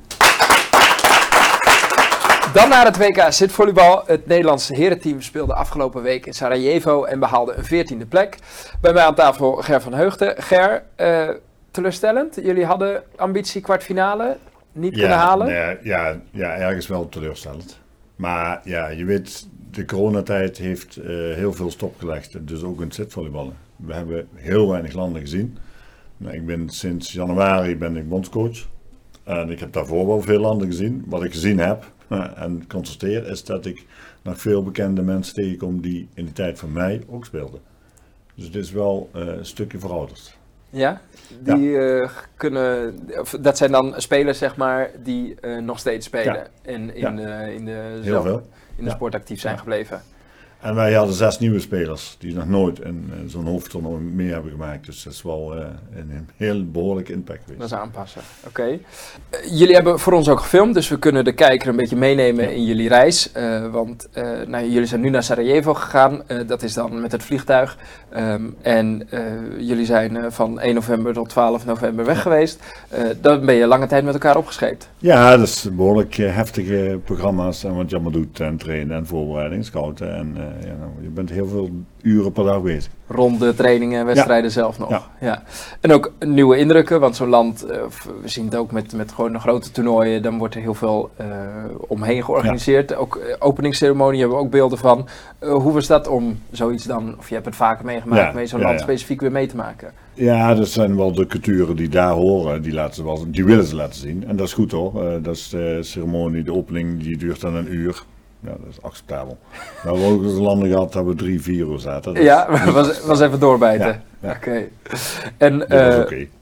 Dan naar het WK zitvolleybal. Het Nederlandse herenteam speelde afgelopen week in Sarajevo en behaalde een 14e plek. Bij mij aan tafel Ger van Heugden. Ger, teleurstellend? Jullie hadden ambitie kwartfinale, niet kunnen halen? Ja, ergens wel teleurstellend. Maar ja, je weet, de coronatijd heeft heel veel stopgelegd. Dus ook in het zitvolleyballen. We hebben heel weinig landen gezien. Sinds januari ben ik bondscoach. En ik heb daarvoor wel veel landen gezien. Wat ik gezien heb en constateer is dat ik nog veel bekende mensen tegenkom die in de tijd van mij ook speelden. Dus het is wel een stukje verouderd. Ja? Die kunnen, dat zijn dan spelers zeg maar die nog steeds spelen en in de sport actief zijn gebleven. En wij hadden 6 nieuwe spelers die nog nooit zo'n hoofdtoernooi mee hebben gemaakt. Dus dat is wel een heel behoorlijke impact geweest. Dat is aanpassen, oké. Jullie hebben voor ons ook gefilmd, dus we kunnen de kijker een beetje meenemen in jullie reis. Want jullie zijn nu naar Sarajevo gegaan, dat is dan met het vliegtuig. Jullie zijn van 1 november tot 12 november weg geweest. Dan ben je lange tijd met elkaar opgescheept. Ja, dat is behoorlijk heftige programma's en wat je allemaal doet. En trainen en voorbereiding, scouten en... je bent heel veel uren per dag bezig. Ronde trainingen en wedstrijden zelf nog. Ja. En ook nieuwe indrukken, want zo'n land, we zien het ook met gewoon de grote toernooien, dan wordt er heel veel omheen georganiseerd. Ja. Ook openingsceremonie hebben we ook beelden van. Hoe was dat om zoiets dan, of je hebt het vaker meegemaakt, mee zo'n land specifiek weer mee te maken? Ja, dat zijn wel de culturen die daar horen, die willen ze laten zien. En dat is goed hoor. Dat is de ceremonie, de opening, die duurt dan 1 uur. Ja, dat is acceptabel. Maar we hebben ook eens landen gehad dat we 3-4 uur zaten. Was even doorbijten. Ja. Oké. En dat was oké.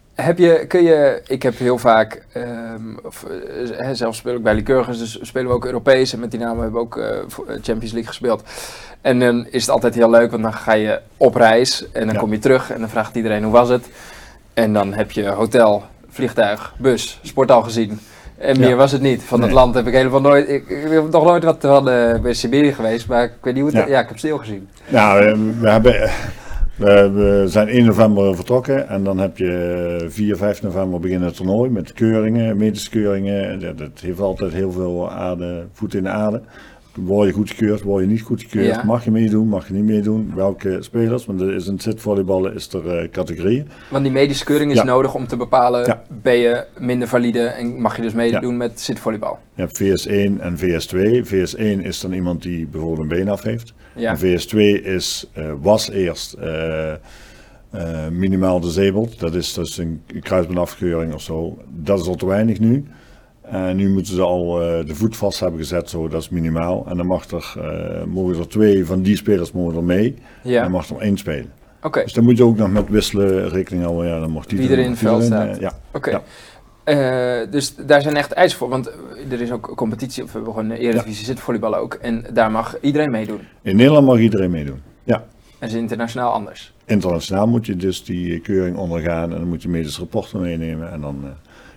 Ik heb heel vaak, zelf speel ik bij Lycurgus, dus spelen we ook Europees. En met die namen hebben we ook Champions League gespeeld. En dan is het altijd heel leuk, want dan ga je op reis en dan kom je terug en dan vraagt iedereen hoe was het. En dan heb je hotel, vliegtuig, bus, sporthal gezien. En meer was het niet. Van het land heb ik helemaal nooit... Ik heb nog nooit wat van bij Siberië geweest, maar ik weet niet hoe het... Ja, ik heb stil gezien. Nou, we zijn 1 november vertrokken en dan heb je 4, 5 november beginnen het toernooi met keuringen, medische keuringen. Dat heeft altijd heel veel voet in de aarde. Word je goedgekeurd, word je niet goedgekeurd, mag je meedoen, mag je niet meedoen, welke spelers, want er is in het zitvolleyballen is er categorieën. Want die medische keuring is nodig om te bepalen, ben je minder valide en mag je dus meedoen met zitvolleybal. Je hebt VS1 en VS2. VS1 is dan iemand die bijvoorbeeld een been af heeft. En VS2 was eerst minimaal disabled, dat is dus een kruisbandafkeuring of zo. Dat is al te weinig nu. En nu moeten ze al de voet vast hebben gezet, zo, dat is minimaal. En dan mogen er 2 van die spelers mogen er mee. Ja. En dan mag er 1 spelen. Okay. Dus dan moet je ook nog met wisselen rekening houden. Ja, dan mocht die wie er in het veld staat. Oké. Dus daar zijn echt eisen voor, want er is ook competitie, of we hebben gewoon een Eredivisie zitvolleybal ook. En daar mag iedereen meedoen. In Nederland mag iedereen meedoen, ja. En is internationaal anders? Internationaal moet je dus die keuring ondergaan en dan moet je medisch rapporten meenemen en dan...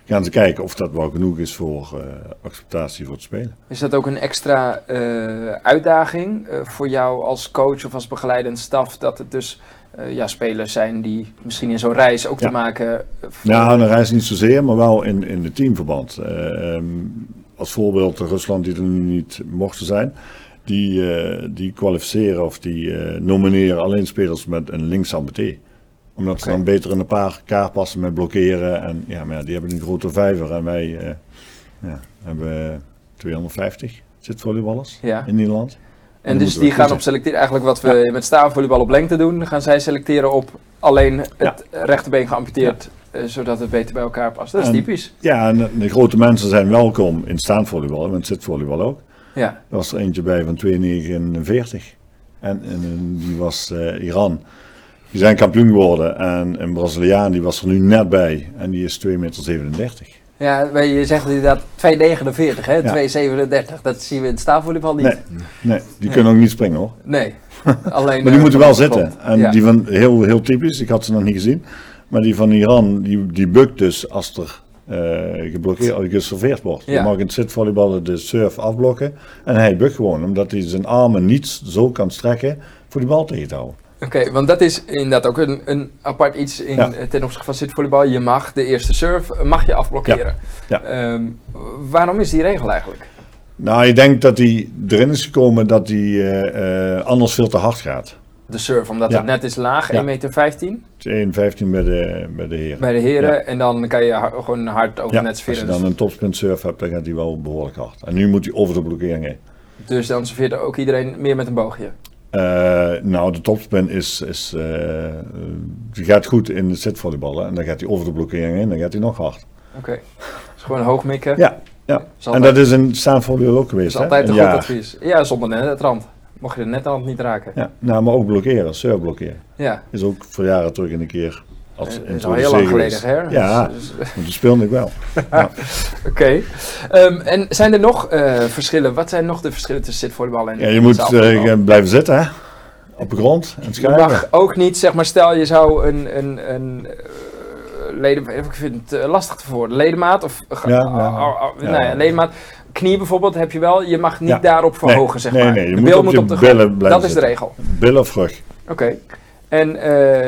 gaan ze kijken of dat wel genoeg is voor acceptatie voor het spelen. Is dat ook een extra uitdaging voor jou als coach of als begeleidend staf, dat het dus spelers zijn die misschien in zo'n reis ook te maken... Nou, een reis niet zozeer, maar wel in de teamverband. Als voorbeeld Rusland die er nu niet mochten zijn, die kwalificeren of die nomineren alleen spelers met een linksamputé. Omdat ze dan beter in elkaar passen met blokkeren. En maar die hebben een grote vijver en wij hebben 250 zitvolleyballers in Nederland. En dus die gaan op selecteren, eigenlijk wat we met staafvolleybal op lengte doen, gaan zij selecteren op alleen het rechterbeen geamputeerd, zodat het beter bij elkaar past. Dat is typisch. Ja, en de grote mensen zijn welkom in staanvolleybal, met zitvolleybal ook. Ja. Er was er eentje bij van 2,49 en die was Iran. Die zijn kampioen geworden en een Braziliaan die was er nu net bij en die is 2,37 meter. Ja, je zegt inderdaad 2,49 hè, 2,37. Dat zien we in het staafvolleybal niet. Nee, die kunnen ook niet springen hoor. Nee, alleen... maar die moeten wel zitten. En die van, heel typisch, ik had ze nog niet gezien, maar die van Iran, die bukt dus als er geserveerd wordt. Je mag in het zitvolleyballen de serve afblokken en hij bukt gewoon, omdat hij zijn armen niet zo kan strekken voor die bal tegen te houden. Oké, want dat is inderdaad ook een apart iets ten opzichte van zitvolleybal. Je mag de eerste serve afblokkeren. Ja. Waarom is die regel eigenlijk? Nou, ik denk dat die erin is gekomen dat die anders veel te hard gaat. De serve, omdat het net is laag, 1,15 meter? 1,15 bij de heren. Bij de heren, en dan kan je gewoon hard over net serveren. Als je dan een topspin serve hebt, dan gaat die wel behoorlijk hard. En nu moet hij over de blokkering heen. Dus dan serveert ook iedereen meer met een boogje? Nou, de topspin die gaat goed in de zitvolleyballen en dan gaat hij over de blokkering heen, dan gaat hij nog hard. Oké, dus gewoon hoog mikken. Ja. En dat is in staanvolleybal ook geweest. Dat is altijd een goed advies. Ja, zonder netrand. Mocht je de netrand niet raken. Ja, nou, maar ook blokkeren, serve blokkeren. Ja. Is ook voor jaren terug een keer als dat is al heel lang geleden, hè? Ja, dat speelde ik wel. Oké. En zijn er nog verschillen? Wat zijn nog de verschillen tussen zitvolleybal en je moet blijven zitten, hè? Op de grond en schuiven. Je mag ook niet, zeg maar, stel je zou een ledemaat, ik vind het lastig te verwoorden, ledemaat of ledemaat. Knie bijvoorbeeld heb je wel, je mag niet daarop verhogen, zeg maar. Nee, je de moet op je billen blijven. Dat is de regel. Billen of rug. Oké. En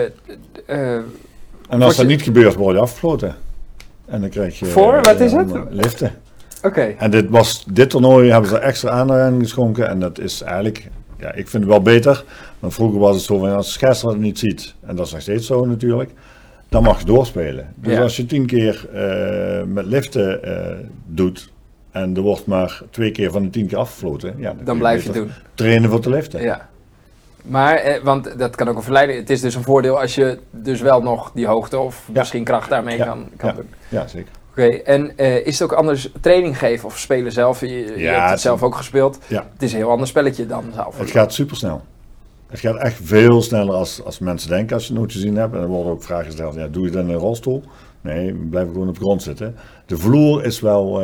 als dat niet gebeurt, word je afgefloten. En dan krijg je... Wat is het? Liften. Oké. En dit toernooi hebben ze er extra aandacht geschonken. En dat is eigenlijk, ik vind het wel beter. Want vroeger was het zo van, als de scheidsrechter het niet ziet, en dat is nog steeds zo natuurlijk, dan mag je doorspelen. Dus als je 10 keer met liften doet, en er wordt maar 2 keer van de 10 keer afgefloten, dan blijf je doen. Trainen voor te liften. Ja. Maar, want dat kan ook een verleiding. Het is dus een voordeel als je dus wel nog die hoogte of misschien kracht daarmee kan doen. Ja, zeker. Oké, en is het ook anders training geven of spelen zelf? Je hebt het zelf ook gespeeld. Ja. Het is een heel ander spelletje dan zelf. Het gaat supersnel. Het gaat echt veel sneller als mensen denken als je het nooit gezien hebt. En er worden ook vragen gesteld, doe je dan in een rolstoel? Nee, we blijven gewoon op de grond zitten. De vloer is wel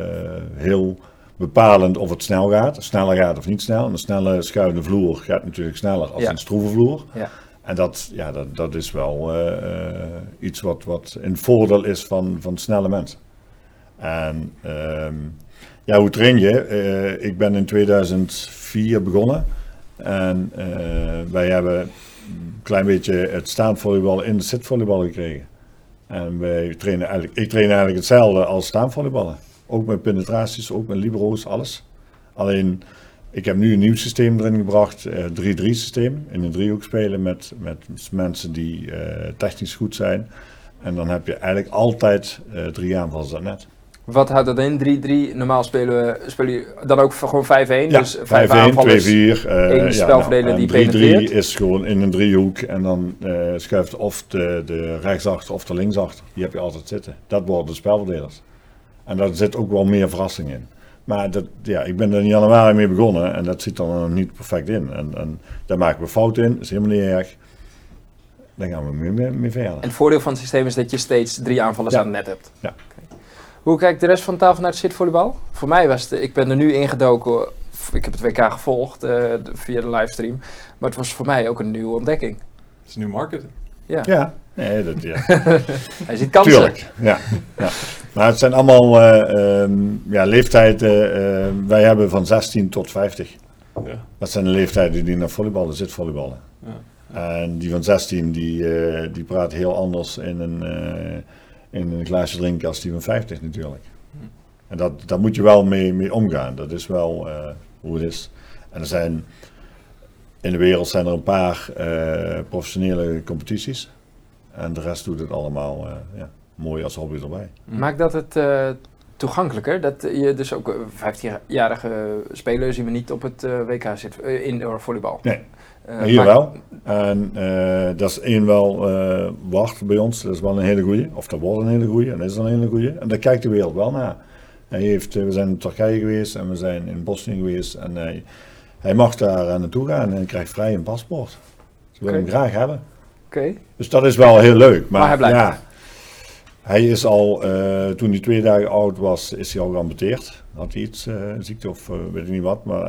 heel bepalend of het snel gaat. Sneller gaat of niet snel. En een snelle schuivende vloer gaat natuurlijk sneller als een stroeve vloer. Ja. En dat is wel iets wat een voordeel is van snelle mensen. En hoe train je? Ik ben in 2004 begonnen. En wij hebben een klein beetje het staanvolleybal in de zitvolleybal gekregen. En ik train eigenlijk hetzelfde als staanvolleyballen. Ook met penetraties, ook met libero's, alles. Alleen, ik heb nu een nieuw systeem erin gebracht, 3-3 systeem. In een driehoek spelen met mensen die technisch goed zijn. En dan heb je eigenlijk altijd 3 aanvallers aan net. Wat houdt dat in? 3-3, normaal spelen jullie dan ook gewoon 5-1? Ja, dus 5 aanvallers, 2-4. één spelverdeler die penetreert. 3-3 is gewoon in een driehoek en dan schuift of de rechtsachter of de linksachter. Die heb je altijd zitten. Dat worden de spelverdelers. En daar zit ook wel meer verrassing in. Maar ik ben er in januari mee begonnen en dat zit er nog niet perfect in. En daar maken we fouten in, dat is helemaal niet erg. Dan gaan we mee verder. En het voordeel van het systeem is dat je steeds 3 aanvallers aan het net hebt. Ja. Okay. Hoe kijkt de rest van de tafel naar het zitvolleybal? Voor mij was het, ik ben er nu ingedoken, ik heb het WK gevolgd via de livestream. Maar het was voor mij ook een nieuwe ontdekking. Het is een nieuw market. Ja. Nee, dat, ja. Hij ziet kansen. Tuurlijk, ja. Maar het zijn allemaal leeftijden. Wij hebben van 16 tot 50. Ja. Dat zijn de leeftijden die naar volleyballen, zitvolleyballen. Ja. En die van 16, die praat heel anders in een glaasje drinken als die van 50 natuurlijk. En daar moet je wel mee omgaan. Dat is wel hoe het is. En in de wereld zijn er een paar professionele competities. En de rest doet het allemaal mooi als hobby erbij. Maakt dat het toegankelijker? Dat je dus ook 15-jarige spelers zien we niet op het WK zit, indoor volleybal. Nee, hier wel. En dat is één wel wacht bij ons. Dat is wel een hele goeie. Of dat wordt een hele goeie. En dat is een hele goeie. En daar kijkt de wereld wel naar. We zijn in Turkije geweest en we zijn in Bosnië geweest. En hij mag daar naartoe gaan en hij krijgt vrij een paspoort. Ze willen hem graag hebben. Okay. Dus dat is wel heel leuk. Maar hij blijft. Ja, hij is al, toen hij 2 dagen oud was, is hij al geamputeerd. Had hij iets, ziekte of weet ik niet wat. Maar,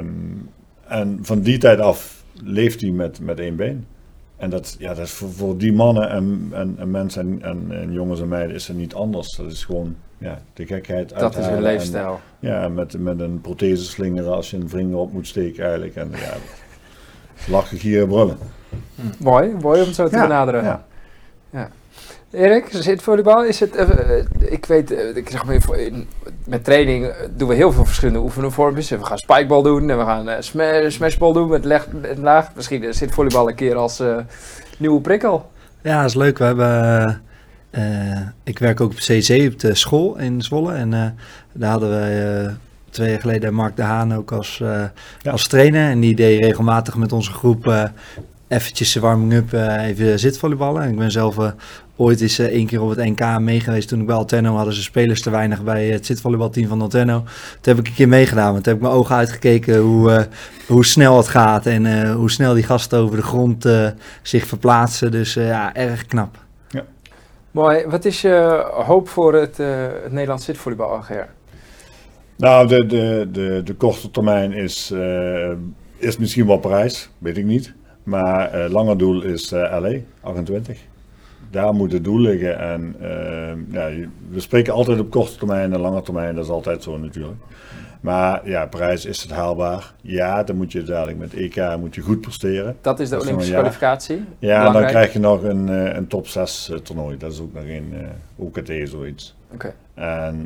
en van die tijd af leeft hij met 1 been. En dat is voor die mannen en mensen en jongens en meiden is het niet anders. Dat is gewoon de gekheid uithalen. Dat is hun leefstijl. Met een prothese slingeren als je een vinger op moet steken eigenlijk. En lachen, gieren, brullen. Mooi om het zo te benaderen. Ja. Erik, zitvolleybal, is het, ik weet, ik zeg maar, met training doen we heel veel verschillende oefenvormpjes. We gaan spikeball doen en we gaan smashball doen met laag. Misschien zit volleybal een keer als nieuwe prikkel. Ja, dat is leuk. We hebben, ik werk ook op CC op de school in Zwolle en daar hadden we 2 jaar geleden Mark de Haan ook als trainer. En die deed regelmatig met onze groep eventjes warming-up, even zitvolleyballen. En ik ben zelf ooit eens 1 keer op het NK meegeweest. Toen ik bij Alterno hadden ze spelers te weinig bij het zitvolleybalteam van Alterno. Toen heb ik een keer meegedaan. Want toen heb ik mijn ogen uitgekeken hoe snel het gaat. En hoe snel die gasten over de grond zich verplaatsen. Dus erg knap. Ja. Mooi. Wat is je hoop voor het Nederlands zitvolleybal, Ger? Nou, de korte termijn is misschien wel Parijs. Weet ik niet. Maar langer doel is LA, 28. Daar moet het doel liggen. En we spreken altijd op korte termijn en lange termijn. Dat is altijd zo natuurlijk. Maar Parijs, is het haalbaar? Ja, dan moet je dadelijk met EK moet je goed presteren. Dat is de Olympische kwalificatie? Ja, en dan krijg je nog een top 6 toernooi. Dat is ook nog een OKT zoiets. Okay. En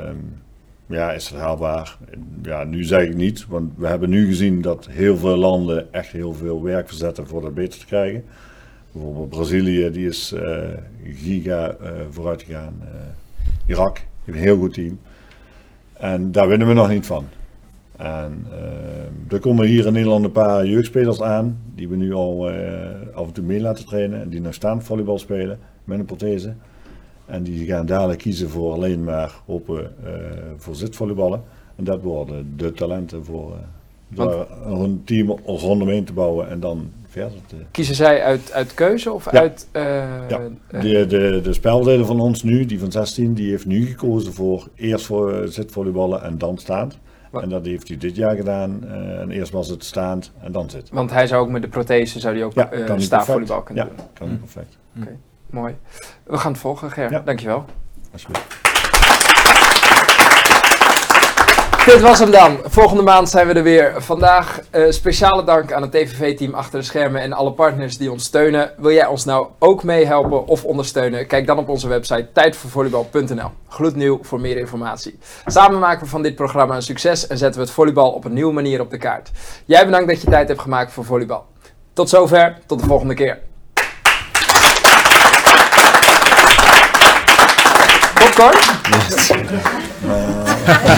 is het haalbaar? Ja, nu zeg ik niet, want we hebben nu gezien dat heel veel landen echt heel veel werk verzetten voor dat beter te krijgen. Bijvoorbeeld Brazilië, die is giga vooruit gegaan. Irak heeft een heel goed team. En daar winnen we nog niet van. En er komen hier in Nederland een paar jeugdspelers aan, die we nu al af en toe mee laten trainen. En die nog staan volleybal spelen met een prothese. En die gaan dadelijk kiezen voor alleen maar voor zitvolleyballen. En dat worden de talenten voor een team rondom te bouwen en dan verder te... Kiezen zij uit keuze of uit... De spelleider van ons nu, die van 16, die heeft nu gekozen voor eerst voor zitvolleyballen en dan staand. En dat heeft hij dit jaar gedaan. En eerst was het staand en dan zit. Want hij zou ook met de prothese ook staafvolleybal kunnen doen. Ja, kan niet perfect. Okay. Mooi. We gaan het volgen, Ger. Ja. Dankjewel. Alsjeblieft. Dit was hem dan. Volgende maand zijn we er weer. Vandaag speciale dank aan het TVV-team achter de schermen en alle partners die ons steunen. Wil jij ons nou ook meehelpen of ondersteunen? Kijk dan op onze website tijdvoorvolleybal.nl. Gloednieuw voor meer informatie. Samen maken we van dit programma een succes en zetten we het volleybal op een nieuwe manier op de kaart. Jij bedankt dat je tijd hebt gemaakt voor volleybal. Tot zover, tot de volgende keer. Popcorn? Yes.